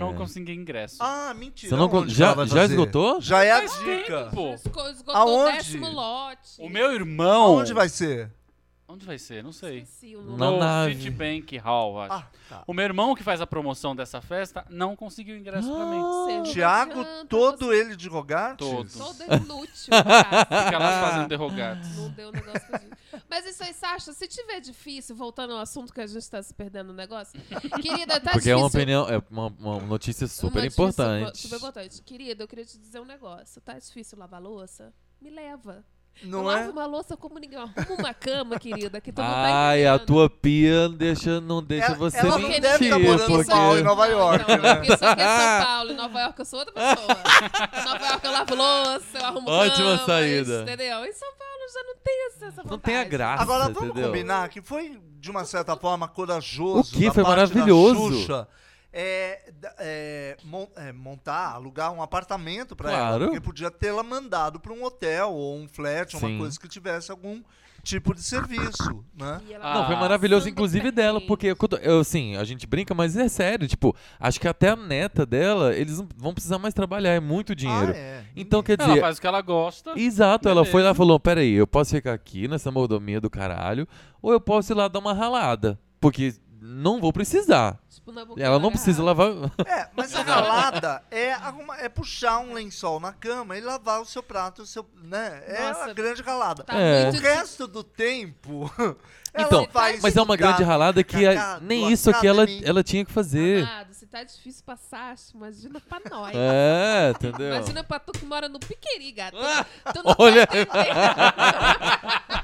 não consegui ingresso. Ah, mentira. Você não Onde ela vai já fazer? esgotou? Já é a Faz dica. tempo. Esgotou Aonde? o 10º lote. O meu irmão... Onde vai ser? Onde vai ser? Não sei. Esqueci o Na nome. No nave. Citibank Hall, acho. Ah, tá. O meu irmão que faz a promoção dessa festa não conseguiu ingresso pra mim. Você não Tiago, adianta, todo você- ele de Rogatis? Todo. Todo inútil, cara. Fica lá fazendo derrogados. Não deu o negócio que a gente... Mas isso aí, Sasha, se tiver difícil, voltando ao assunto que a gente tá se perdendo no negócio, querida, tá Porque difícil. é uma opinião, é uma notícia super Uma notícia importante. Super importante. Querida, eu queria te dizer um negócio. Tá difícil lavar louça? Me leva. Não eu é? lavo uma louça como ninguém. Arruma uma cama, querida, que tu não tá Ai, a entendendo. tua pia não deixa Ela- você ela não mentir. deve tá morando porque... mal em Nova York, Não, né? porque isso aqui é São Paulo. Em Nova York eu sou outra pessoa. Em Nova York eu lavo louça, eu arrumo Ótima camas, saída. Entendeu? Em São Paulo já não tem essa vontade. Não tem a graça, Agora, vamos entendeu? combinar que foi, de uma certa forma, corajoso O quê? da Foi parte maravilhoso. da Xuxa, montar, alugar um apartamento pra ela. Claro. Porque podia tê-la mandado pra um hotel ou um flat, uma Sim. coisa que tivesse algum tipo de serviço, né? E ela Não, foi Ah, maravilhoso, passando inclusive dela, perrengue. porque assim, a gente brinca, mas é sério, tipo, acho que até a neta dela, eles não vão precisar mais trabalhar, é muito dinheiro. Ah, é. Então, quer Ela dizer, faz o que ela gosta. exato, ela foi lá Beleza. e falou, peraí, eu posso ficar aqui nessa mordomia do caralho, ou eu posso ir lá dar uma ralada, porque não vou precisar. Tipo, na boca Ela da não precisa garrafa. lavar... Mas a ralada é puxar um lençol na cama e lavar o seu prato, né? É Nossa, a grande ralada. Tá É. O muito resto do tempo, ela Então, vai mas é uma estudar grande ralada que cagado, nem isso aqui academia. ela tinha que fazer. Amado, se tá difícil passar, imagina pra nós. É, entendeu? Imagina pra tu que mora no Piqueri, gato. Ah, Tu não olha. tá entendendo.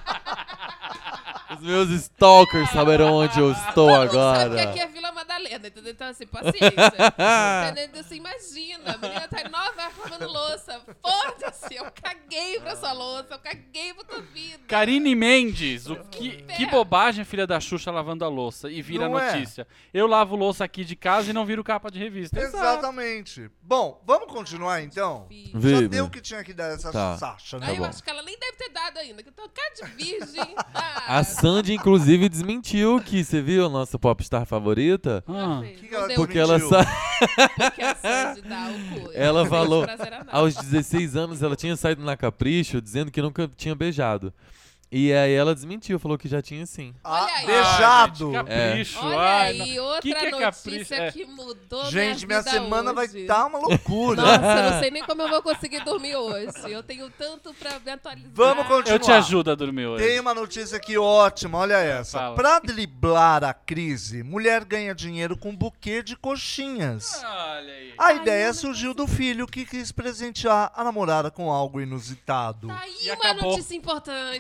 Os meus stalkers saberão onde eu estou Todo mundo sabe que agora. aqui é Vila Madalena, entendeu? Então, assim, paciência. Entendeu? Então, assim, imagina, a menina tá em Nova York lavando louça. Foda-se, eu caguei pra sua louça, eu caguei pra tua vida. Karine Mendes, que bobagem, filha da Xuxa lavando a louça e vira Não é? notícia. Eu lavo louça aqui de casa e não viro capa de revista. Exatamente. Bom, vamos continuar então? Já Viva. deu o que tinha que dar essa Tá. Sasha, né? Aí eu bom. acho que ela nem deve ter dado ainda, que eu tô cara de virgem. A Sandy, inclusive, desmentiu que, você viu a nossa popstar favorita? Ah. que ela Porque ela desmentiu? Porque a Sandy dá o cu. Ela Não tem falou, prazer anal. aos 16 anos, ela tinha saído na Capricho dizendo que nunca tinha beijado. E aí ela desmentiu, falou que já tinha sim. Olha aí. Beijado. Gente, capricho. Olha ai, aí, não. outra Que é notícia capricho? É. que mudou Gente, minha vida semana vai hoje. estar uma loucura. Nossa, eu não sei nem como eu vou conseguir dormir hoje. Eu tenho tanto pra me atualizar. Vamos continuar. Eu te ajudo a dormir hoje. Tem uma notícia aqui ótima, olha essa. Fala. Pra driblar a crise, mulher ganha dinheiro com buquê de coxinhas. Olha aí. A ideia surgiu do filho que quis presentear a namorada com algo inusitado. Tá aí E uma acabou. notícia importante.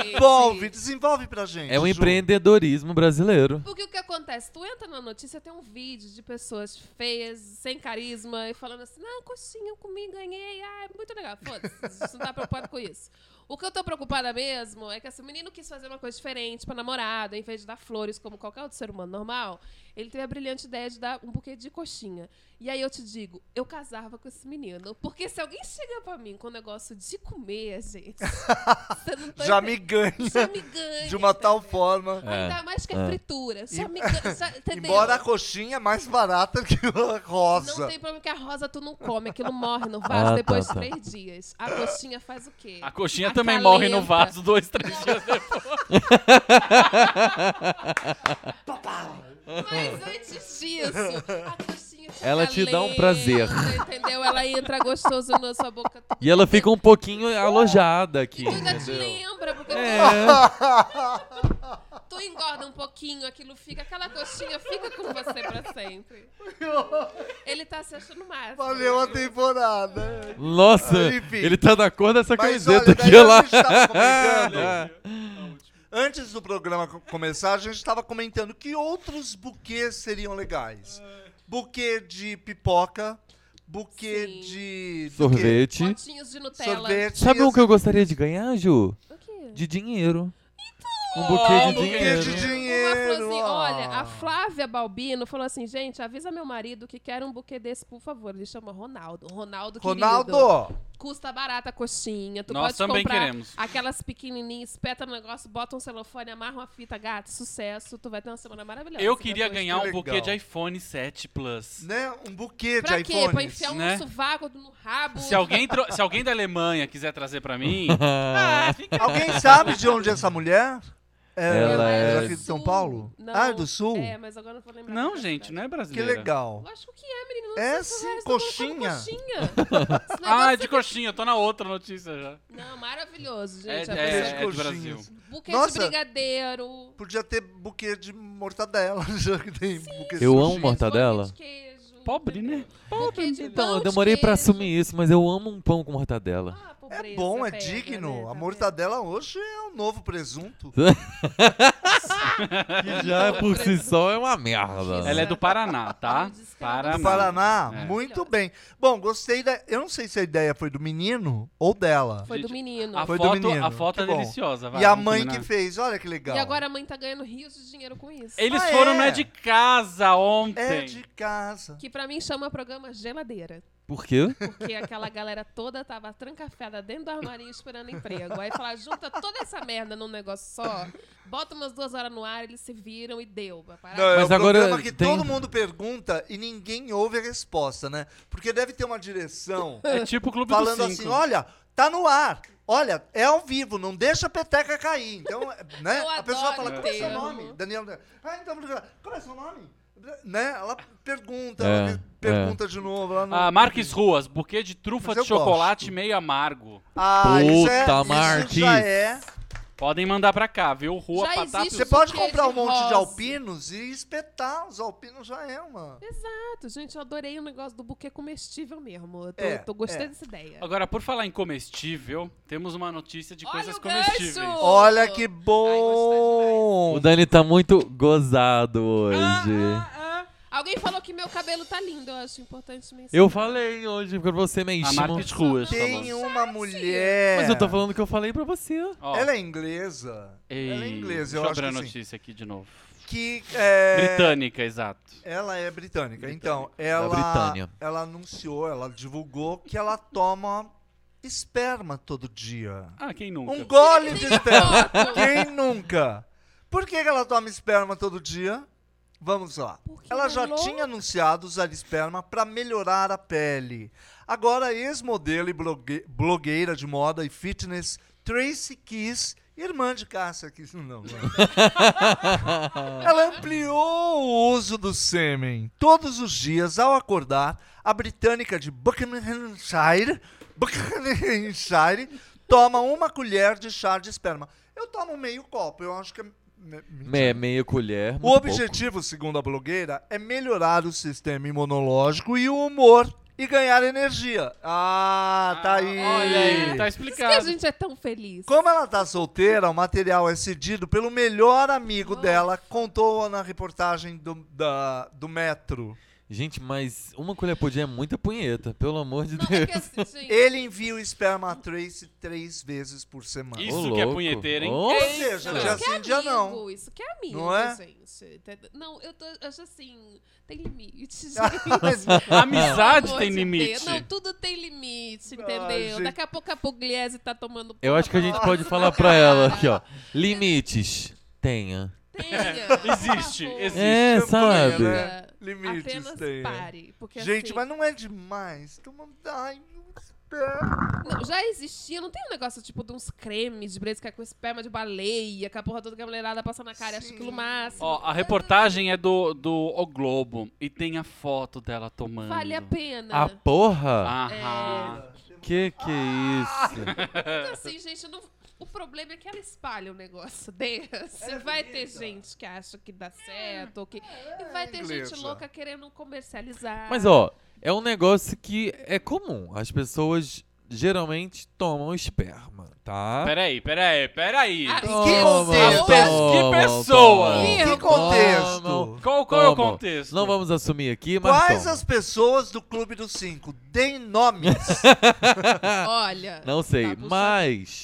Desenvolve pra gente. É o Ju. empreendedorismo brasileiro. Porque o que acontece? Tu entra na notícia, tem um vídeo de pessoas feias, sem carisma, e falando assim, não, coxinha, eu comi, ganhei, muito legal. Foda-se, você não tá preocupado com isso. O que eu tô preocupada mesmo é que esse menino quis fazer uma coisa diferente pra namorada, em vez de dar flores como qualquer outro ser humano normal, ele teve a brilhante ideia de dar um buquê de coxinha. E aí eu te digo, eu casava com esse menino. Porque se alguém chega pra mim com um negócio de comer, gente, você não tá Já me ganha. já me ganha. De uma tal entendeu? forma. Ainda mais que é fritura. Já me ganha, entendeu? Embora a coxinha é mais barata que a rosa. Não tem problema que a rosa tu não come, aquilo morre no vaso Ah, depois tá, de 3 dias. A coxinha faz o quê? A coxinha também morre no vaso 2, 3 dias depois. Mas antes disso, a coxinha fica Ela te dá um lenta, prazer. entendeu? Ela entra gostoso na sua boca. E ela fica um pouquinho alojada aqui, E tu ainda te entendeu? lembra, porque É, tu engorda um pouquinho, aquilo fica, aquela coxinha fica com você pra sempre. Ele tá se achando máximo. Valeu a temporada. nossa, Enfim. ele tá da cor dessa Mas camiseta olha, aqui, daí olha a lá. gente tava comentando. Antes do programa começar, a gente estava comentando que outros buquês seriam legais. Buquê de pipoca, buquê Sim. de... Sorvete. Potinhos de Nutella. Sorvete. Sabe um que eu gostaria de ganhar, Ju? O quê? De dinheiro. Um buquê de buquê dinheiro. de Uma dinheiro. florzinha. Olha, ah. a Flávia Balbino falou assim, gente, avisa meu marido que quer um buquê desse, por favor. Ele chama Ronaldo. Ronaldo, querido. Ronaldo, Custa barata a coxinha. Tu Nós pode também comprar queremos. aquelas pequenininhas, espeta no negócio, bota um celofane, amarra uma fita, gato, sucesso. Tu vai ter uma semana maravilhosa. Eu queria ganhar um Que buquê legal. de iPhone 7 Plus. Né? Um buquê Pra de quê? iPhones. Pra enfiar né? um sovaco no rabo? Se alguém da Alemanha quiser trazer pra mim, Alguém sabe de onde é essa mulher? Ela é daqui de São Paulo? Não, Ah, do Sul? É, mas agora eu não vou lembrar. não, da gente, cidade. não é Que brasileira. legal. Lógico que é, menino. É Não sei se sim, o resto do mundo coxinha. come coxinha. Esse Ah, negócio de coxinha, tô na outra notícia já. Não, maravilhoso, É, gente. é de coxinhas. Brasil. Buquê Nossa. de brigadeiro. Podia ter buquê de mortadela, já que tem buquê de Eu sushi. amo mortadela. De queijo, Pobre, né? Buquê de Então, pão eu de demorei pra queijo. assumir isso, mas eu amo um pão com mortadela. Ah, pobreza, É bom, é pega, digno. né? A Tá mortadela hoje é o novo presunto. Que já por si só é uma merda. Ela é do Paraná, tá? Paraná. Do Paraná, É. muito bem. Bom, gostei da... Eu não sei se a ideia foi do menino ou dela. Foi do Gente, menino. A Foi do foto, menino, a foto que é bom. deliciosa, vai. E a vamos mãe combinar. que fez, olha que legal. E agora a mãe tá ganhando rios de dinheiro com isso. Eles Ah, foram é? no É de Casa ontem. É de casa. Que pra mim chama programa geladeira. Por quê? Porque aquela galera toda tava trancafiada dentro do armarinho esperando emprego. Aí fala, junta toda essa merda num negócio só, bota umas 2 horas no ar, eles se viram e deu. Vai parar. Não, é Mas um agora programa que tem- todo mundo pergunta e ninguém ouve a resposta, né? Porque deve ter uma direção É tipo o Clube falando dos assim, Cinco. olha, tá no ar. Olha, é ao vivo, não deixa a peteca cair. Então, né? Eu A pessoa adoro fala, qual é seu termo. nome? Daniel, ah, então, qual é seu nome? Né? Ela pergunta, É, ela pergunta de novo. Ela não... Ah, Marques Ruas, buquê de trufa Mas de eu chocolate gosto. meio amargo. Ah, Puta, isso Marques. já é... Podem mandar pra cá, viu? Rua Já Patata. existe Você Isso pode que é comprar um de monte de rosa. alpinos e espetar. Os alpinos já é uma... Exato, gente, eu adorei o negócio do buquê comestível mesmo. Eu gostei É. dessa ideia. Agora, por falar em comestível, temos uma notícia de Olha coisas o comestíveis. gancho! Olha que Ai, bom! O Dani tá muito gozado hoje. Alguém falou que meu cabelo tá lindo, eu acho importante mencionar. Eu falei hoje pra você A mesmo. Marques Ruas Tem falou. uma mulher... Mas eu tô falando que eu falei pra você. Ó, Ela é inglesa. ei, Ela é inglesa, deixa eu eu acho abrir a que sim. notícia aqui de novo. Que é... Britânica, exato. Ela é britânica. Britânica. Então, Britânia. ela anunciou, ela divulgou que ela toma esperma todo dia. Ah, quem nunca? Um gole de esperma. foto. Quem nunca? Por que ela toma esperma todo dia? Vamos lá. Porque Ela já ela é louca. tinha anunciado usar esperma para melhorar a pele. Agora, a ex-modelo e blogueira de moda e fitness, Tracy Kiss, irmã de Cássia Kiss, não. Ela ampliou o uso do sêmen. Todos os dias, ao acordar, a britânica de Buckinghamshire toma uma colher de chá de esperma. Eu tomo meio copo, eu acho que é... Meia colher. O objetivo, segundo a blogueira, é melhorar o sistema imunológico e o humor e ganhar energia. Ah, tá aí. Olha aí, tá Por isso que a explicado. gente é tão feliz. Como ela tá solteira, o material é cedido pelo melhor amigo dela, contou na reportagem do Metro. Gente, mas uma colher por dia é muita punheta, pelo amor de Não, Deus. é que assim, gente, Ele envia o esperma a Tracy 3 vezes por semana. Isso Ô, que é louco. punheteira, hein? Ô, Ou seja, não, dia isso que é sim, dia amigo, não. Isso que é amigo, Não é? gente. Entendeu? Não, eu acho assim, tem limite, gente. Amizade Pelo amor tem de limite. Deus. Não, tudo tem limite, Ah, entendeu? gente. Daqui a pouco a Pugliese tá tomando... Eu acho que a gente porra pode na falar cara. pra ela aqui, ó. Limites. Tenha. Tenha, Existe, por favor. existe. É, Campanha, sabe? né? Limites Apenas tem. pare. Porque, Gente, assim, mas não é demais. Ai, não espera. não, já existia, não tem um negócio tipo de uns cremes de que é com esperma de baleia, com a porra toda que a mulherada passa na cara e acha aquilo máximo. Ó, a reportagem é do O Globo e tem a foto dela tomando. Vale a pena. A porra? Aham. Que é isso? Então, assim, gente, o problema é que ela espalha um negócio desse. Vai ter gente que acha que dá certo, ou que... e vai ter inglesa. gente louca querendo comercializar. Mas, ó, é um negócio que é comum. As pessoas geralmente tomam esperma, tá? Peraí. Ah, Que Toma, contexto? Que pessoa? toma, Que Toma. contexto? Qual é o Toma. contexto? Não vamos assumir aqui, mas Quais toma. as pessoas do Clube dos 5? Deem nomes. Olha. Não sei, tá puxando. mas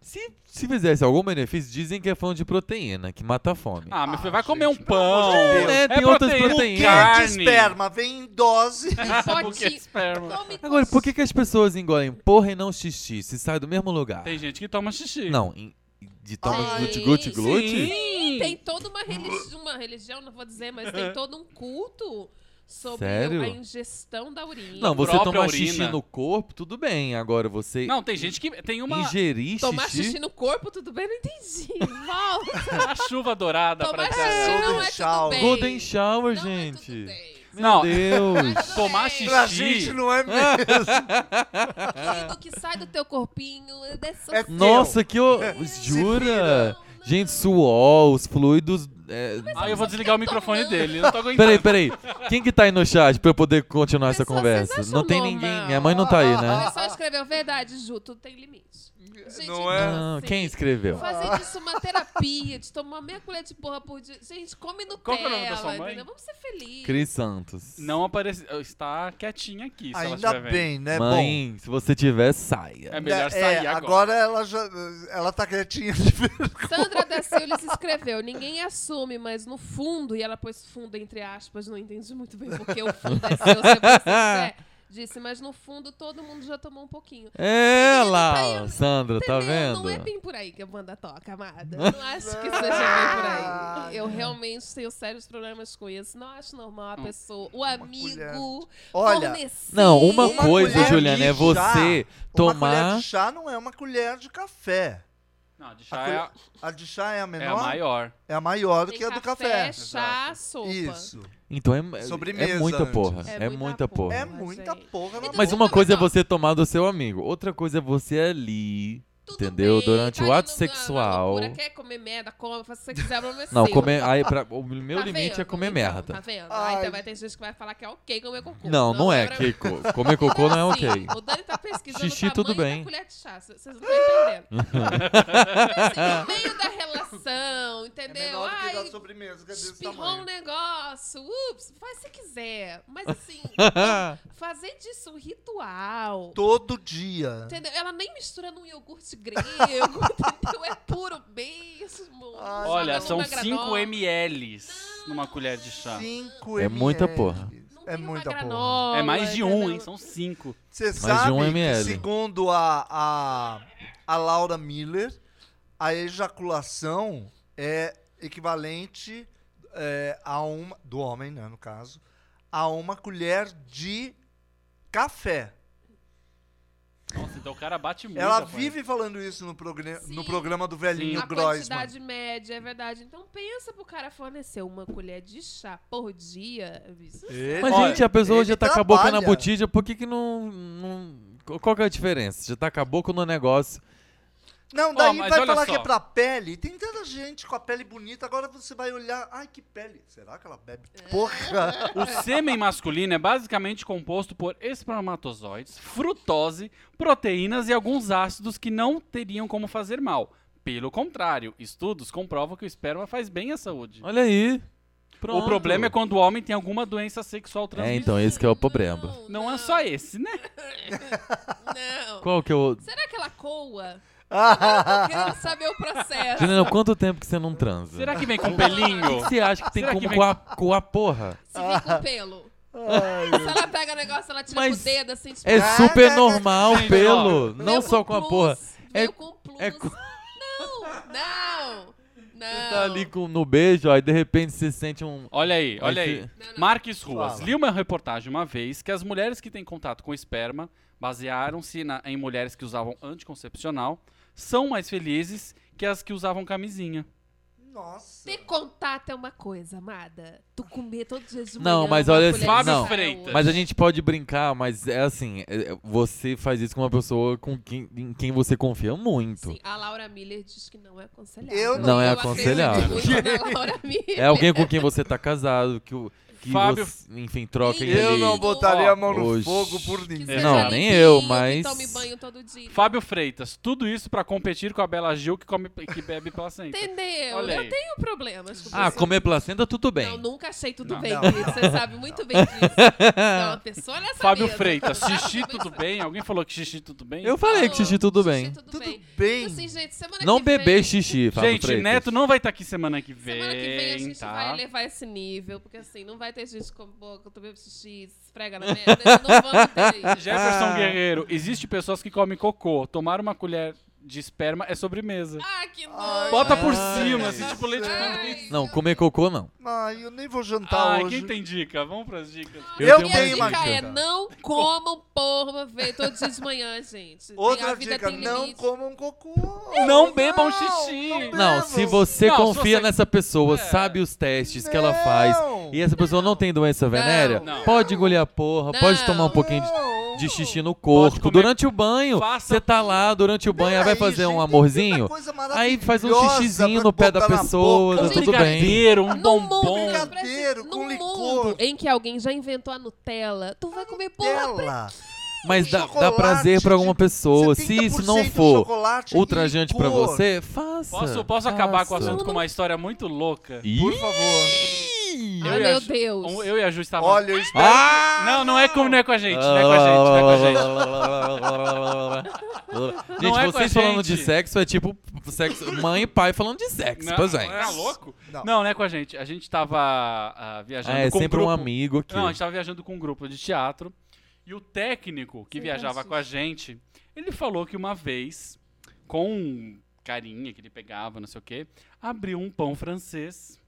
Se fizesse algum benefício, dizem que é fonte de proteína, que mata a fome. Ah, meu filho, vai comer um gente, pelo amor pão. de Deus. Né, tem outras O proteínas. que Carne. de esperma vem em dose. Porque esperma. Agora, por que as pessoas engolem porra e não xixi, se sai do mesmo lugar? Tem gente que toma xixi. Não, de toma Ai, glute-glute? Sim. Tem toda uma religião, não vou dizer, mas tem todo um culto sobre Sério? a ingestão da urina. Não, você própria tomar urina. xixi no corpo, tudo bem. Agora, você Não, tem gente que tem uma ingerir Tomar xixi... xixi no corpo, tudo bem? Não entendi. Volta. a chuva dourada pra Tomar cá. xixi não Golden é shower. tudo bem. Golden shower, Não gente. É tudo bem. Meu Não. Deus. Tomar Pra xixi. gente não é mesmo. Querido, que sai do teu corpinho é dessa É Nossa, que... Jura? Gente, suor, os fluidos... Ah, eu vou desligar o microfone dele. Eu não tô aguentando. Peraí. Quem que tá aí no chat pra eu poder continuar essa Pessoal, conversa? vocês Não acham tem normal? ninguém. Minha mãe não tá aí, O né? pessoal escreveu verdade, Ju, tudo tem limite. Gente, Não é? Não, assim, quem escreveu? Fazer disso uma terapia, de tomar meia colher de porra por dia. Gente, come Nutella, Qual que é o nome da sua mãe? entendeu? Vamos ser felizes. Cris Santos. Não apareceu. Está quietinha aqui, se ela Ainda estiver vendo. bem, né? Mãe, se você tiver, saia. É melhor sair agora. Ela tá quietinha de verdade. Sandra da Silva escreveu, ninguém assume, mas no fundo, e ela pôs fundo entre aspas, não entendi muito bem porque o fundo é seu, se você quiser. Disse, mas no fundo todo mundo já tomou um pouquinho. Ela, Sandra, tá Entendeu? vendo? Não é bem por aí que a banda toca, amada. Eu não acho que seja bem por aí. Eu realmente tenho sérios problemas com isso. Não acho normal a pessoa, o amigo, Olha, fornecer. Não, uma coisa, colher Juliana, é de você chá. Uma colher tomar... de chá não é uma colher de café. Não, de chá A de chá é a é menor? a maior. É a maior do Tem que a do café. chá, sopa. Isso. Então Sobremesa é muita antes. porra. É É muita muita porra. É Porra, muita gente. porra. Então, Mas Tudo uma coisa é bem, ó. você tomar do seu amigo. Outra coisa é você ali, Tudo entendeu? bem, Durante tá o ali ato na sexual. loucura. Quer comer merda, come, faz o que você quiser, problema é Não, seu. comer... Aí, o meu Tá limite é vendo? comer Então, merda. Tá vendo? Ai. Aí vai ter gente que vai falar que é ok comer cocô. Não, não é. pra Que mim. comer cocô não é Assim, ok. O Dani tá pesquisando Xixi, o tamanho tudo bem. da colher de chá. Vocês não estão entendendo. Assim, no meio da relação, É entendeu? menor do que Ai, da sobremesa, que é desse espirrou um tamanho. negócio. Ups, faz se quiser. Mas assim, fazer disso um ritual. Todo dia. Entendeu? Ela nem mistura num iogurte grego, entendeu? É puro mesmo. Olha, Joga são numa 5 granola. ml numa colher de chá. 5 É muita porra. Não É tem uma muita porra. granola, É mais de um, entendeu? hein? São 5. Você de sabe 1 que, ml. segundo a Laura Miller, a ejaculação é equivalente a uma, do homem, né, no caso, a uma colher de café. Nossa, então o cara bate muito. Ela rapaz. vive falando isso no Sim. programa do velhinho A Groisman. quantidade média, é verdade. Então pensa pro cara fornecer uma colher de chá por dia. Isso Mas, Olha, gente, a pessoa já ele tá com a boca na trabalha. botija, por que não... Qual que é a diferença? Já tá com a boca no negócio. Não, daí mas vai olha falar só. que é pra pele. Tem tanta gente com a pele bonita, agora você vai olhar, ai, que pele. Será que ela bebe? Porra! O sêmen masculino é basicamente composto por espermatozoides, frutose, proteínas e alguns ácidos que não teriam como fazer mal. Pelo contrário, estudos comprovam que o esperma faz bem à saúde. Olha aí. O problema é quando o homem tem alguma doença sexual transmissível. então, esse que é o problema. Não é só esse, né? Não. Qual que é o... Será que ela coa? Tô querendo saber o processo. Juliana, quanto tempo que você não transa? Será que vem com O pelinho? que você acha que tem Será como que vem coar porra? Se vem com pelo. Se ela pega o negócio, ela tira Mas com o dedo assim, tipo, É super normal Gente, pelo. veio Não só com a plus, porra. veio É- com plus. é com- Não. Você tá ali no beijo, aí de repente você sente um... Olha aí, olha Aí aí. você- Não, não. Marques Ruas. Fala. Li uma reportagem uma vez que as mulheres que têm contato com esperma basearam-se em mulheres que usavam anticoncepcional são mais felizes que as que usavam camisinha. Nossa. Ter contato é uma coisa, amada. Tu comer todos os dias de Não, manhã mas uma olha colher assim, de não. chá é Freitas. outra. Mas a gente pode brincar, mas é assim, você faz isso com uma pessoa em quem você confia muito. Sim, a Laura Miller diz que não é aconselhável. Eu Não é acredito aconselhável. muito na Laura Miller. É alguém com quem você tá casado, que que Fábio- você, enfim, troca Eu ele Eu ali. não botaria a mão no Hoje. fogo por Que ninguém. seja Não, nem limpinho, eu, que mas- tome banho todo dia. Fábio Freitas, tudo isso pra competir com a Bela Gil que bebe placenta. Entendeu? Olha aí. Eu tenho problemas com Ah, isso. comer placenta, tudo bem. Não, nunca achei tudo Não. bem, Não, querido. não. Você sabe muito bem disso. Você é uma pessoa nessa Fábio mesa. Freitas, Sabe xixi muito tudo bem? Alguém falou que xixi tudo bem? Eu falei que xixi tudo bem. Xixi tudo Tudo bem. bem. Assim, gente, semana Não que vem... beber xixi, Fábio Gente, Freitas. Neto não vai estar aqui semana que vem, Semana que vem a gente tá? vai elevar esse nível, porque assim, não vai ter gente com boca, tu bebe xixi, esfrega na merda, não vamos ter isso. Jefferson Guerreiro, existe pessoas que comem cocô. Tomar uma colher de esperma é sobremesa. Ah, que nojo. Ai, Bota por ai, cima, ai, assim, tipo leite ai. condensado. Não, comer cocô não. Ai, eu nem vou jantar Ai, hoje. quem tem dica? Vamos pras dicas. Eu tenho tenho uma uma dica dica. é não comam porra, velho, todo dia de manhã, gente. Outra A vida dica, tem não limite. comam cocô. Não bebam xixi. Não, se você Não, se confia você- nessa pessoa, É. sabe os testes que ela faz, e essa pessoa não tem doença venérea, Não. pode engolir a porra, pode Não. tomar um pouquinho de xixi no corpo. comer- Durante o banho, Faça- você tá lá durante o banho, aí vai fazer um amorzinho, aí faz um xixizinho no pé da pessoa, tá boca. tudo bem. Brigadeiro, um No bombom. mundo, Brigadeiro no com mundo licor. em que alguém já inventou a Nutella, tu vai comer porra pra... Dela. Mas dá Chocolate prazer pra alguma de pessoa. Se isso não 70% for chocolate e ultrajante pra licor. você, faça. Posso acabar com o faça. assunto com uma história muito louca? Por favor. Ai, Eu e a meu Ju- Deus. Eu e a Ju estavam... Olha, eu espero Não é com a gente, não é com a gente, não é com a gente. Gente, Não é com a vocês falando de gente. sexo é tipo sexo, mãe e pai falando de sexo, pra gente. Tá louco? Não. Não é com a gente. A gente tava viajando Ah, é com um sempre um grupo. amigo aqui. Não, a gente tava viajando com um grupo de teatro. E o técnico que Sem viajava conchite. com a gente, ele falou que uma vez, com um carinha que ele pegava, não sei o quê, abriu um pão francês.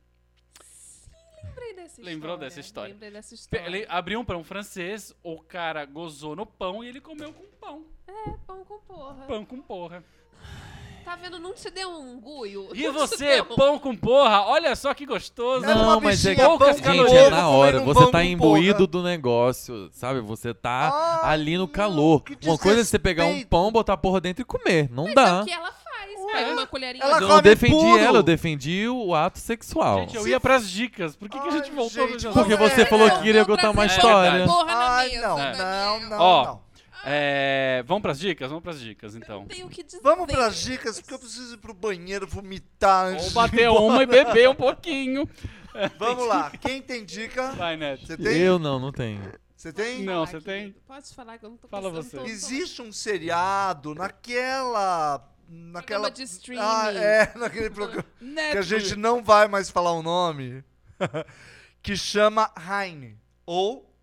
Lembrou dessa história? Lembrei dessa história. Ele abriu um pão francês, o cara gozou no pão e ele comeu com pão. É, pão com porra. Pão com porra. Tá vendo? Não te deu um guio? E Não te você, deu. pão com porra? Olha só que gostoso. Era uma Não, mas é que, bichinha, poucas gente, calorias. é na hora. Comendo Você pão tá com imbuído porra. do negócio, sabe? Você tá Ah, ali no calor. que Uma coisa é você pegar um desrespeito. pão, botar a porra dentro e comer. Não Mas é dá. o que ela faz. Pega uma colherinha Ela de Eu come não defendi puro. ela, eu defendi o ato sexual. Gente, eu ia pras dicas. Por que a gente Ai, voltou gente, no Porque vamos- você falou que Não, queria deu contar uma prazer, história. porra na Ai, mesa, não, Daniel. não, Ó, não. Vamos pras dicas? Vamos pras dicas, então. Tenho que dizer. Vamos pras dicas, porque eu preciso ir pro banheiro vomitar antes. Ou de bater ir embora. uma e beber um pouquinho. Vamos lá, quem tem dica? Vai, Neto. Você tem? Eu não tenho. Você tem? Não, Falar, você tem? querido. Pode falar que eu não tô Fala pensando, você. tô- Existe um seriado naquela... Programa de streaming. Naquele programa que a gente não vai mais falar o nome, que chama Reign, ou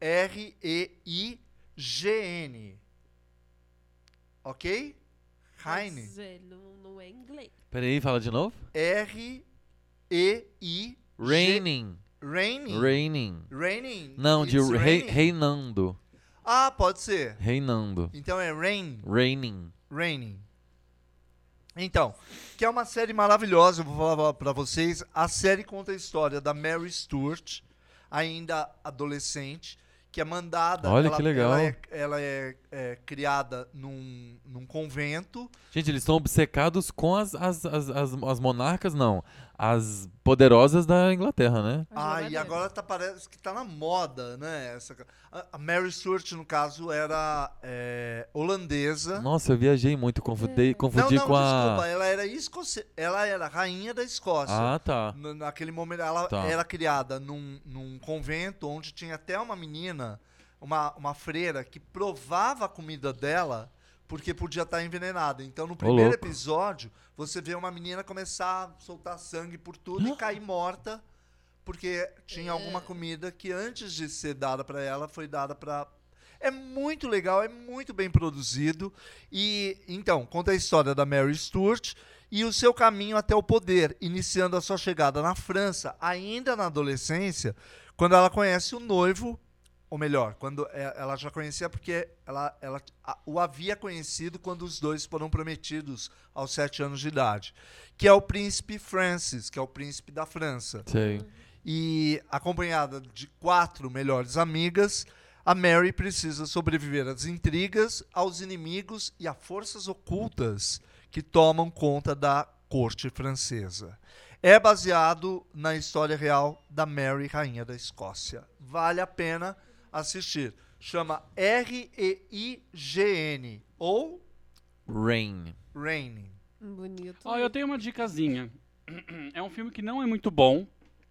R-E-I-G-N. Ok? Reign. Mas, não é inglês. Peraí, fala de novo. R-E-I... Raining. Raining? Raining. Raining? Não, de It's raining? reinando. Ah, pode ser. Reinando. Então é Rain. Raining. Raining. Então, que é uma série maravilhosa, eu vou falar pra vocês. A série conta a história da Mary Stuart, ainda adolescente, que é mandada... Olha que legal. Ela é criada num convento. Gente, eles estão obcecados com as monarcas, não. As poderosas da Inglaterra, né? E agora parece que tá na moda, né? A Mary Stuart, no caso, era holandesa. Nossa, eu viajei muito, confundi com desculpa, a... ela era ela era rainha da Escócia. Ah, tá. Naquele momento, ela Tá. era criada num convento onde tinha até uma menina, uma freira, que provava a comida dela porque podia estar envenenada. Então, no primeiro louco. episódio, você vê uma menina começar a soltar sangue por tudo e cair morta porque tinha alguma comida que, antes de ser dada para ela, foi dada para... É muito legal, é muito bem produzido. E, então, conta a história da Mary Stuart e o seu caminho até o poder, iniciando a sua chegada na França, ainda na adolescência, quando ela conhece o noivo, ou melhor, quando ela já conhecia porque ela o havia conhecido quando os dois foram prometidos aos 7 anos de idade, que é o príncipe Francis, que é o príncipe da França. Sei. E, acompanhada de 4 melhores amigas, a Mary precisa sobreviver às intrigas, aos inimigos e a forças ocultas que tomam conta da corte francesa. É baseado na história real da Mary, rainha da Escócia. Vale a pena assistir. Chama R-E-I-G-N ou Rain. Rain. Bonito. Ó, eu tenho uma dicasinha. É um filme que não é muito bom.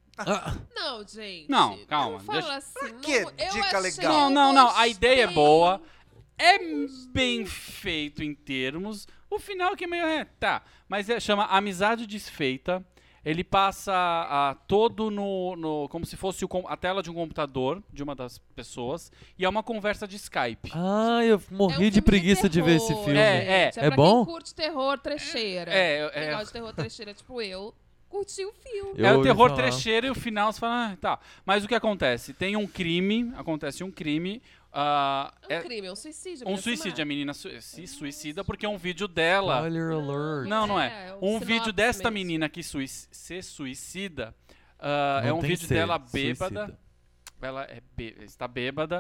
Não, gente. Não, calma, Não fala deixa- assim. Pra quê? Não, eu Dica achei, legal. Não. A gostei. ideia é boa. É bem feito em termos. O final que é meio... tá. Mas chama Amizade Desfeita. Ele passa todo como se fosse a tela de um computador de uma das pessoas. E é uma conversa de Skype. Ah, eu É um morri filme de preguiça de ver esse terror, filme. É, gente. é pra bom? quem curte terror trecheira. Quem gosta de terror trecheira, tipo eu, curti o filme. Eu É o ouvi terror falar. trecheiro e o final você fala, tá. Mas o que acontece? Acontece um crime. É um crime, é um suicídio. a Um menina se suicídio. mata. A menina se suicida porque é um vídeo dela. Spoiler alert. Não é. É, Um sinopse vídeo desta mesmo. menina que se suicida. Não É um tem vídeo ser, dela bêbada. suicida. Ela está bêbada.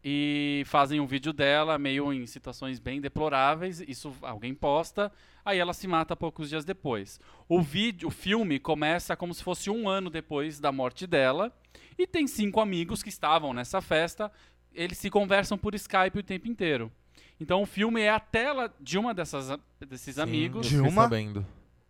E fazem um vídeo dela meio em situações bem deploráveis. Isso alguém posta. Aí ela se mata poucos dias depois. O filme começa como se fosse 1 ano depois da morte dela. E tem 5 amigos que estavam nessa festa. Eles se conversam por Skype o tempo inteiro. Então o filme é a tela de uma desses amigos. Sim, eu fiquei sabendo.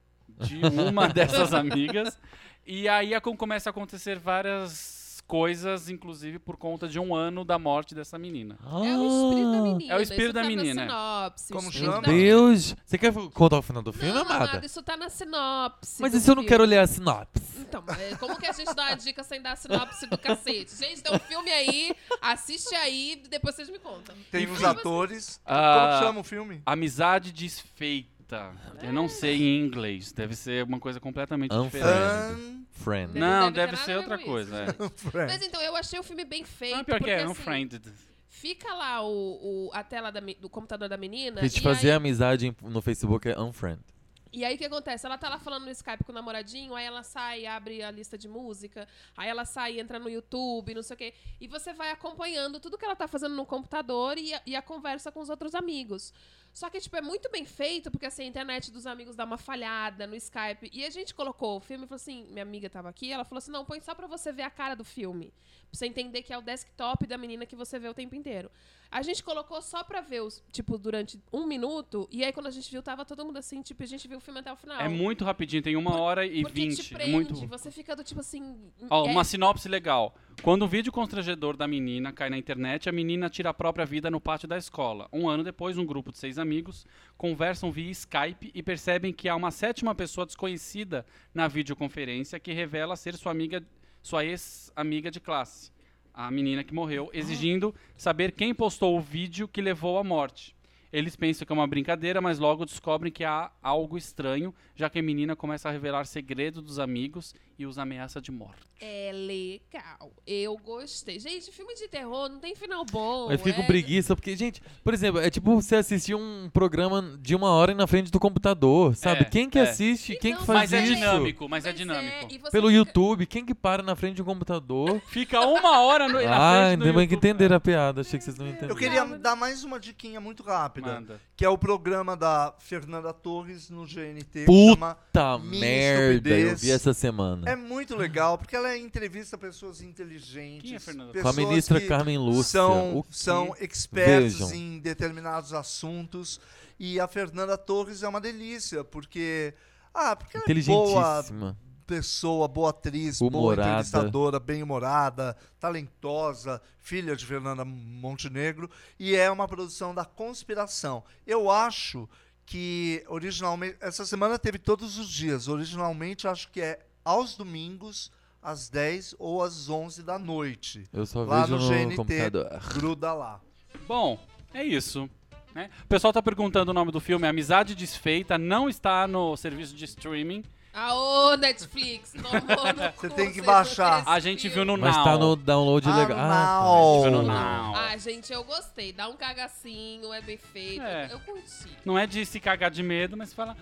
De uma dessas amigas. E aí começa a acontecer várias coisas, inclusive por conta de 1 ano da morte dessa menina. É o espírito da menina. É o espírito isso da tá menina. Na sinopse, o Como espírito chama? da menina. Deus! Você quer contar o final do filme, Não, amada? amada, isso tá na sinopse. Mas do e se eu não filme? quero ler a sinopse? Então, como que a gente dá uma dica sem dar a sinopse do cacete? Gente, tem um filme aí, assiste aí, depois vocês me contam. Tem os atores. Ah, Como chama o filme? Amizade Desfeita. Eu não sei em inglês. Deve ser uma coisa completamente Unfriend. diferente. Friend. Não, Deve ter deve nada ser a ver outra com coisa. isso, É. Mas então, eu achei o filme bem feito. Não, pior que porque, é, assim, Unfriended. fica lá a tela do computador da menina. A gente e fazer aí, amizade no Facebook é unfriend. E aí o que acontece? Ela tá lá falando no Skype com o namoradinho, aí ela sai, abre a lista de música, aí ela sai, entra no YouTube, não sei o quê. E você vai acompanhando tudo que ela tá fazendo no computador e a conversa com os outros amigos. Só que, tipo, é muito bem feito, porque assim, a internet dos amigos dá uma falhada no Skype. E a gente colocou o filme e falou assim, minha amiga tava aqui, ela falou assim, não, põe só pra você ver a cara do filme. Pra você entender que é o desktop da menina que você vê o tempo inteiro. A gente colocou só pra ver, tipo, durante 1 minuto, e aí quando a gente viu, tava todo mundo assim, tipo, a gente viu o filme até o final. É muito rapidinho, tem 1h20. Porque te prende, Muito. você fica do tipo assim... Ó, é- uma sinopse legal. Quando o vídeo constrangedor da menina cai na internet, a menina tira a própria vida no pátio da escola. 1 ano depois, um grupo de 6 amigos conversam via Skype e percebem que há uma 7ª pessoa desconhecida na videoconferência que revela ser sua ex-amiga de classe, a menina que morreu, exigindo saber quem postou o vídeo que levou à morte. Eles pensam que é uma brincadeira, mas logo descobrem que há algo estranho, já que a menina começa a revelar segredos dos amigos e os ameaça de morte. É legal. Eu gostei. Gente, filme de terror não tem final bom. Eu fiquei com preguiça, porque, gente, por exemplo, é tipo você assistir um programa de 1 hora na frente do computador, sabe? Quem que assiste? Quem que Então, faz Mas é isso? dinâmico, mas é dinâmico. e você Pelo fica- YouTube, quem que para na frente de um computador? Fica 1 hora na Ah, frente do ainda bem que YouTube. entenderam a piada, achei que vocês não entenderam. Eu queria dar mais uma diquinha muito rápida. Manda. Que é o programa da Fernanda Torres no GNT. que chama Puta Minha merda, Estupidez. eu vi essa semana. É muito legal, porque ela entrevista pessoas inteligentes. Quem é Fernanda Com a pessoas ministra que Carmen Lúcia. São, O quê? são expertos Vejam. em determinados assuntos. E a Fernanda Torres é uma delícia, porque ela é boa Inteligentíssima. pessoa, boa atriz, boa Humorada. entrevistadora, bem-humorada, talentosa, filha de Fernanda Montenegro, e é uma produção da Conspiração. Eu acho que originalmente, essa semana teve todos os dias, originalmente acho que é aos domingos, às 10 ou às 11 da noite. Eu só Lá vejo no no GNT, computador. gruda lá. Bom, é isso. Né? O pessoal tá perguntando o nome do filme, Amizade Desfeita, não está no serviço de streaming. Aô, Netflix, tomou no Você cu, tem que vocês baixar. não A gente viu no Mas Now. tá no download Ah, legal. no Ah, Now. A gente viu no Não. Now. Ah, gente, eu gostei. Dá um cagacinho, é bem feito. É. Eu curti. Não é de se cagar de medo, mas fala...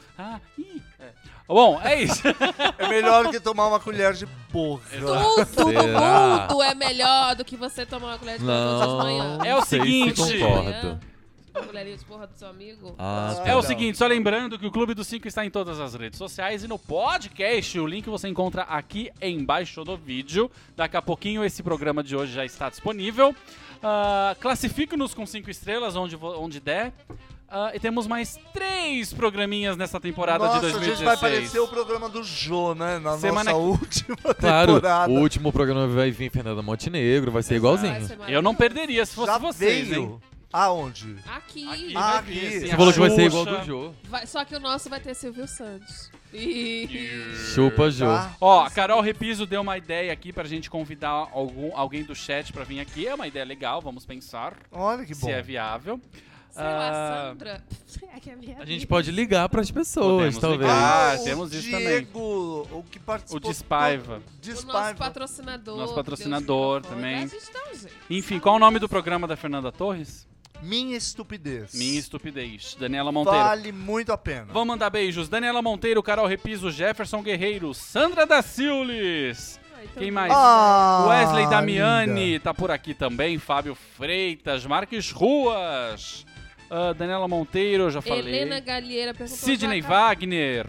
Bom, é isso. É melhor que tomar uma colher de porra. Tudo no Será? mundo é melhor do que você tomar uma colher de café de manhã. Não, É o sei se seguinte. concordo. a mulherinha de porra do seu amigo. É o seguinte, só lembrando que o Clube dos 5 está em todas as redes sociais e no podcast. O link você encontra aqui embaixo do vídeo. Daqui a pouquinho esse programa de hoje já está disponível. Classifique-nos com 5 estrelas onde der. E temos mais 3 programinhas nessa temporada de 2016. A gente vai aparecer o programa do Jô, né? Na Semana nossa última Claro, temporada. o último programa vai vir Fernanda Montenegro, vai ser igualzinho. Eu não perderia se fosse Já vocês, veio. hein? Aonde? Aqui. Aqui, Ah, vai aqui. vir, assim, Você a falou que vai ser igual Xuxa. do Jô. Só que o nosso vai ter Silvio Santos. Chupa, Jô. Tá? Ó, a Carol Repiso deu uma ideia aqui pra gente convidar alguém do chat pra vir aqui. É uma ideia legal, vamos pensar Olha que bom. se é viável. Sei lá, Sandra. É que é minha A gente vida. pode ligar pras pessoas, Podemos talvez. ligar. o temos isso Diego, o que O participou. Despaiva. O nosso Despaiva. patrocinador. Nosso que patrocinador deu os também. microfones. A gente tá, gente. Enfim, qual o nome do programa da Fernanda Torres? Minha estupidez. Minha Estupidez. Daniela Monteiro. Vale muito a pena. Vamos mandar beijos. Daniela Monteiro, Carol Repiso, Jefferson Guerreiro, Sandra da Ciulis. Ai, tá Quem bom. mais? Ah, Wesley Damiani linda. tá por aqui também. Fábio Freitas, Marques Ruas. Daniela Monteiro, eu já falei. Helena Galheira perguntou. Sidney já acabou. Wagner.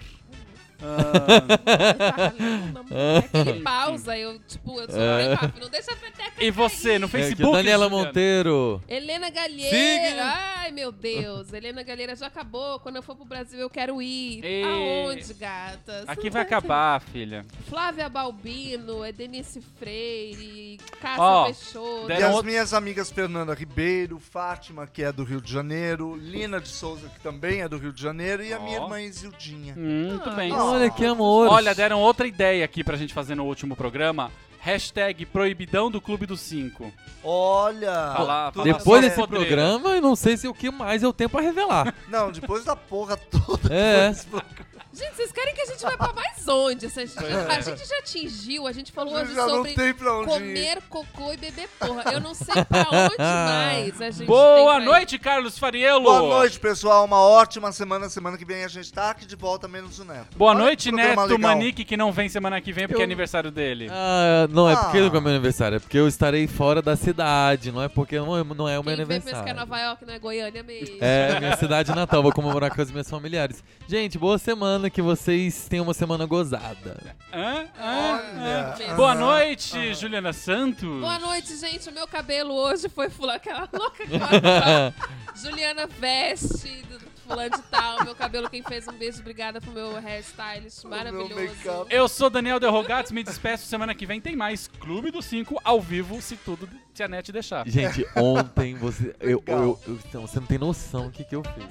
É que pausa, eu sou bem rápido, não deixa a peteca E você, no É aqui, Facebook? Daniela Juliana? Monteiro. Helena Galheira, Siga. ai meu Deus, Helena Galheira já acabou, quando eu for pro Brasil eu quero ir. E- Aonde, gatas? Aqui vai acabar, filha. Flávia Balbino, Denise Freire, Cássia Ó, Peixoto. E deram as outro- minhas amigas Fernanda Ribeiro, Fátima, que é do Rio de Janeiro, Lina de Souza, que também é do Rio de Janeiro, e a minha Ó. irmã Isildinha. Muito bem. Olha que amor. Olha, deram outra ideia aqui pra gente fazer no último programa. Hashtag proibidão do Clube dos 5. Olha! Fala- tudo fala Depois só desse de podreira. programa, eu não sei se o que mais eu tenho pra revelar. Não, depois da porra toda. É. Gente, vocês querem que a gente vá pra mais onde? É. A gente já atingiu, a gente falou hoje Já não sobre tem pra onde ir. comer cocô e beber porra. Eu não sei pra onde mais a gente tem Boa pra ir. noite, Carlos Fariello. Boa noite, pessoal. Uma ótima semana. Semana que vem a gente tá aqui de volta, menos o Neto. Boa Olha noite, que programa Neto legal. Manique, que não vem semana que vem porque é aniversário dele. Não é porque Ah. não é meu aniversário, é porque eu estarei fora da cidade, não é porque não é o meu Quem vê pensa que é aniversário. Nova York, não é Goiânia mesmo. É, minha cidade natal, vou comemorar com as minhas familiares. Gente, boa semana, que vocês tenham uma semana gozada. Olha. Boa noite, Juliana Santos. Boa noite, gente. O meu cabelo hoje foi fulano, aquela louca que ela Juliana Veste, do fulano de tal. Meu cabelo, quem fez um beijo, obrigada pro meu hairstylist maravilhoso. make-up. Eu sou Daniel Derrogatos, me despeço. Semana que vem tem mais Clube dos 5 ao vivo, se a net deixar. Gente, ontem você. Legal. Então, você não tem noção o que eu fiz.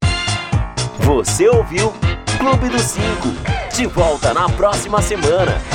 Você ouviu Clube dos 5. De volta na próxima semana.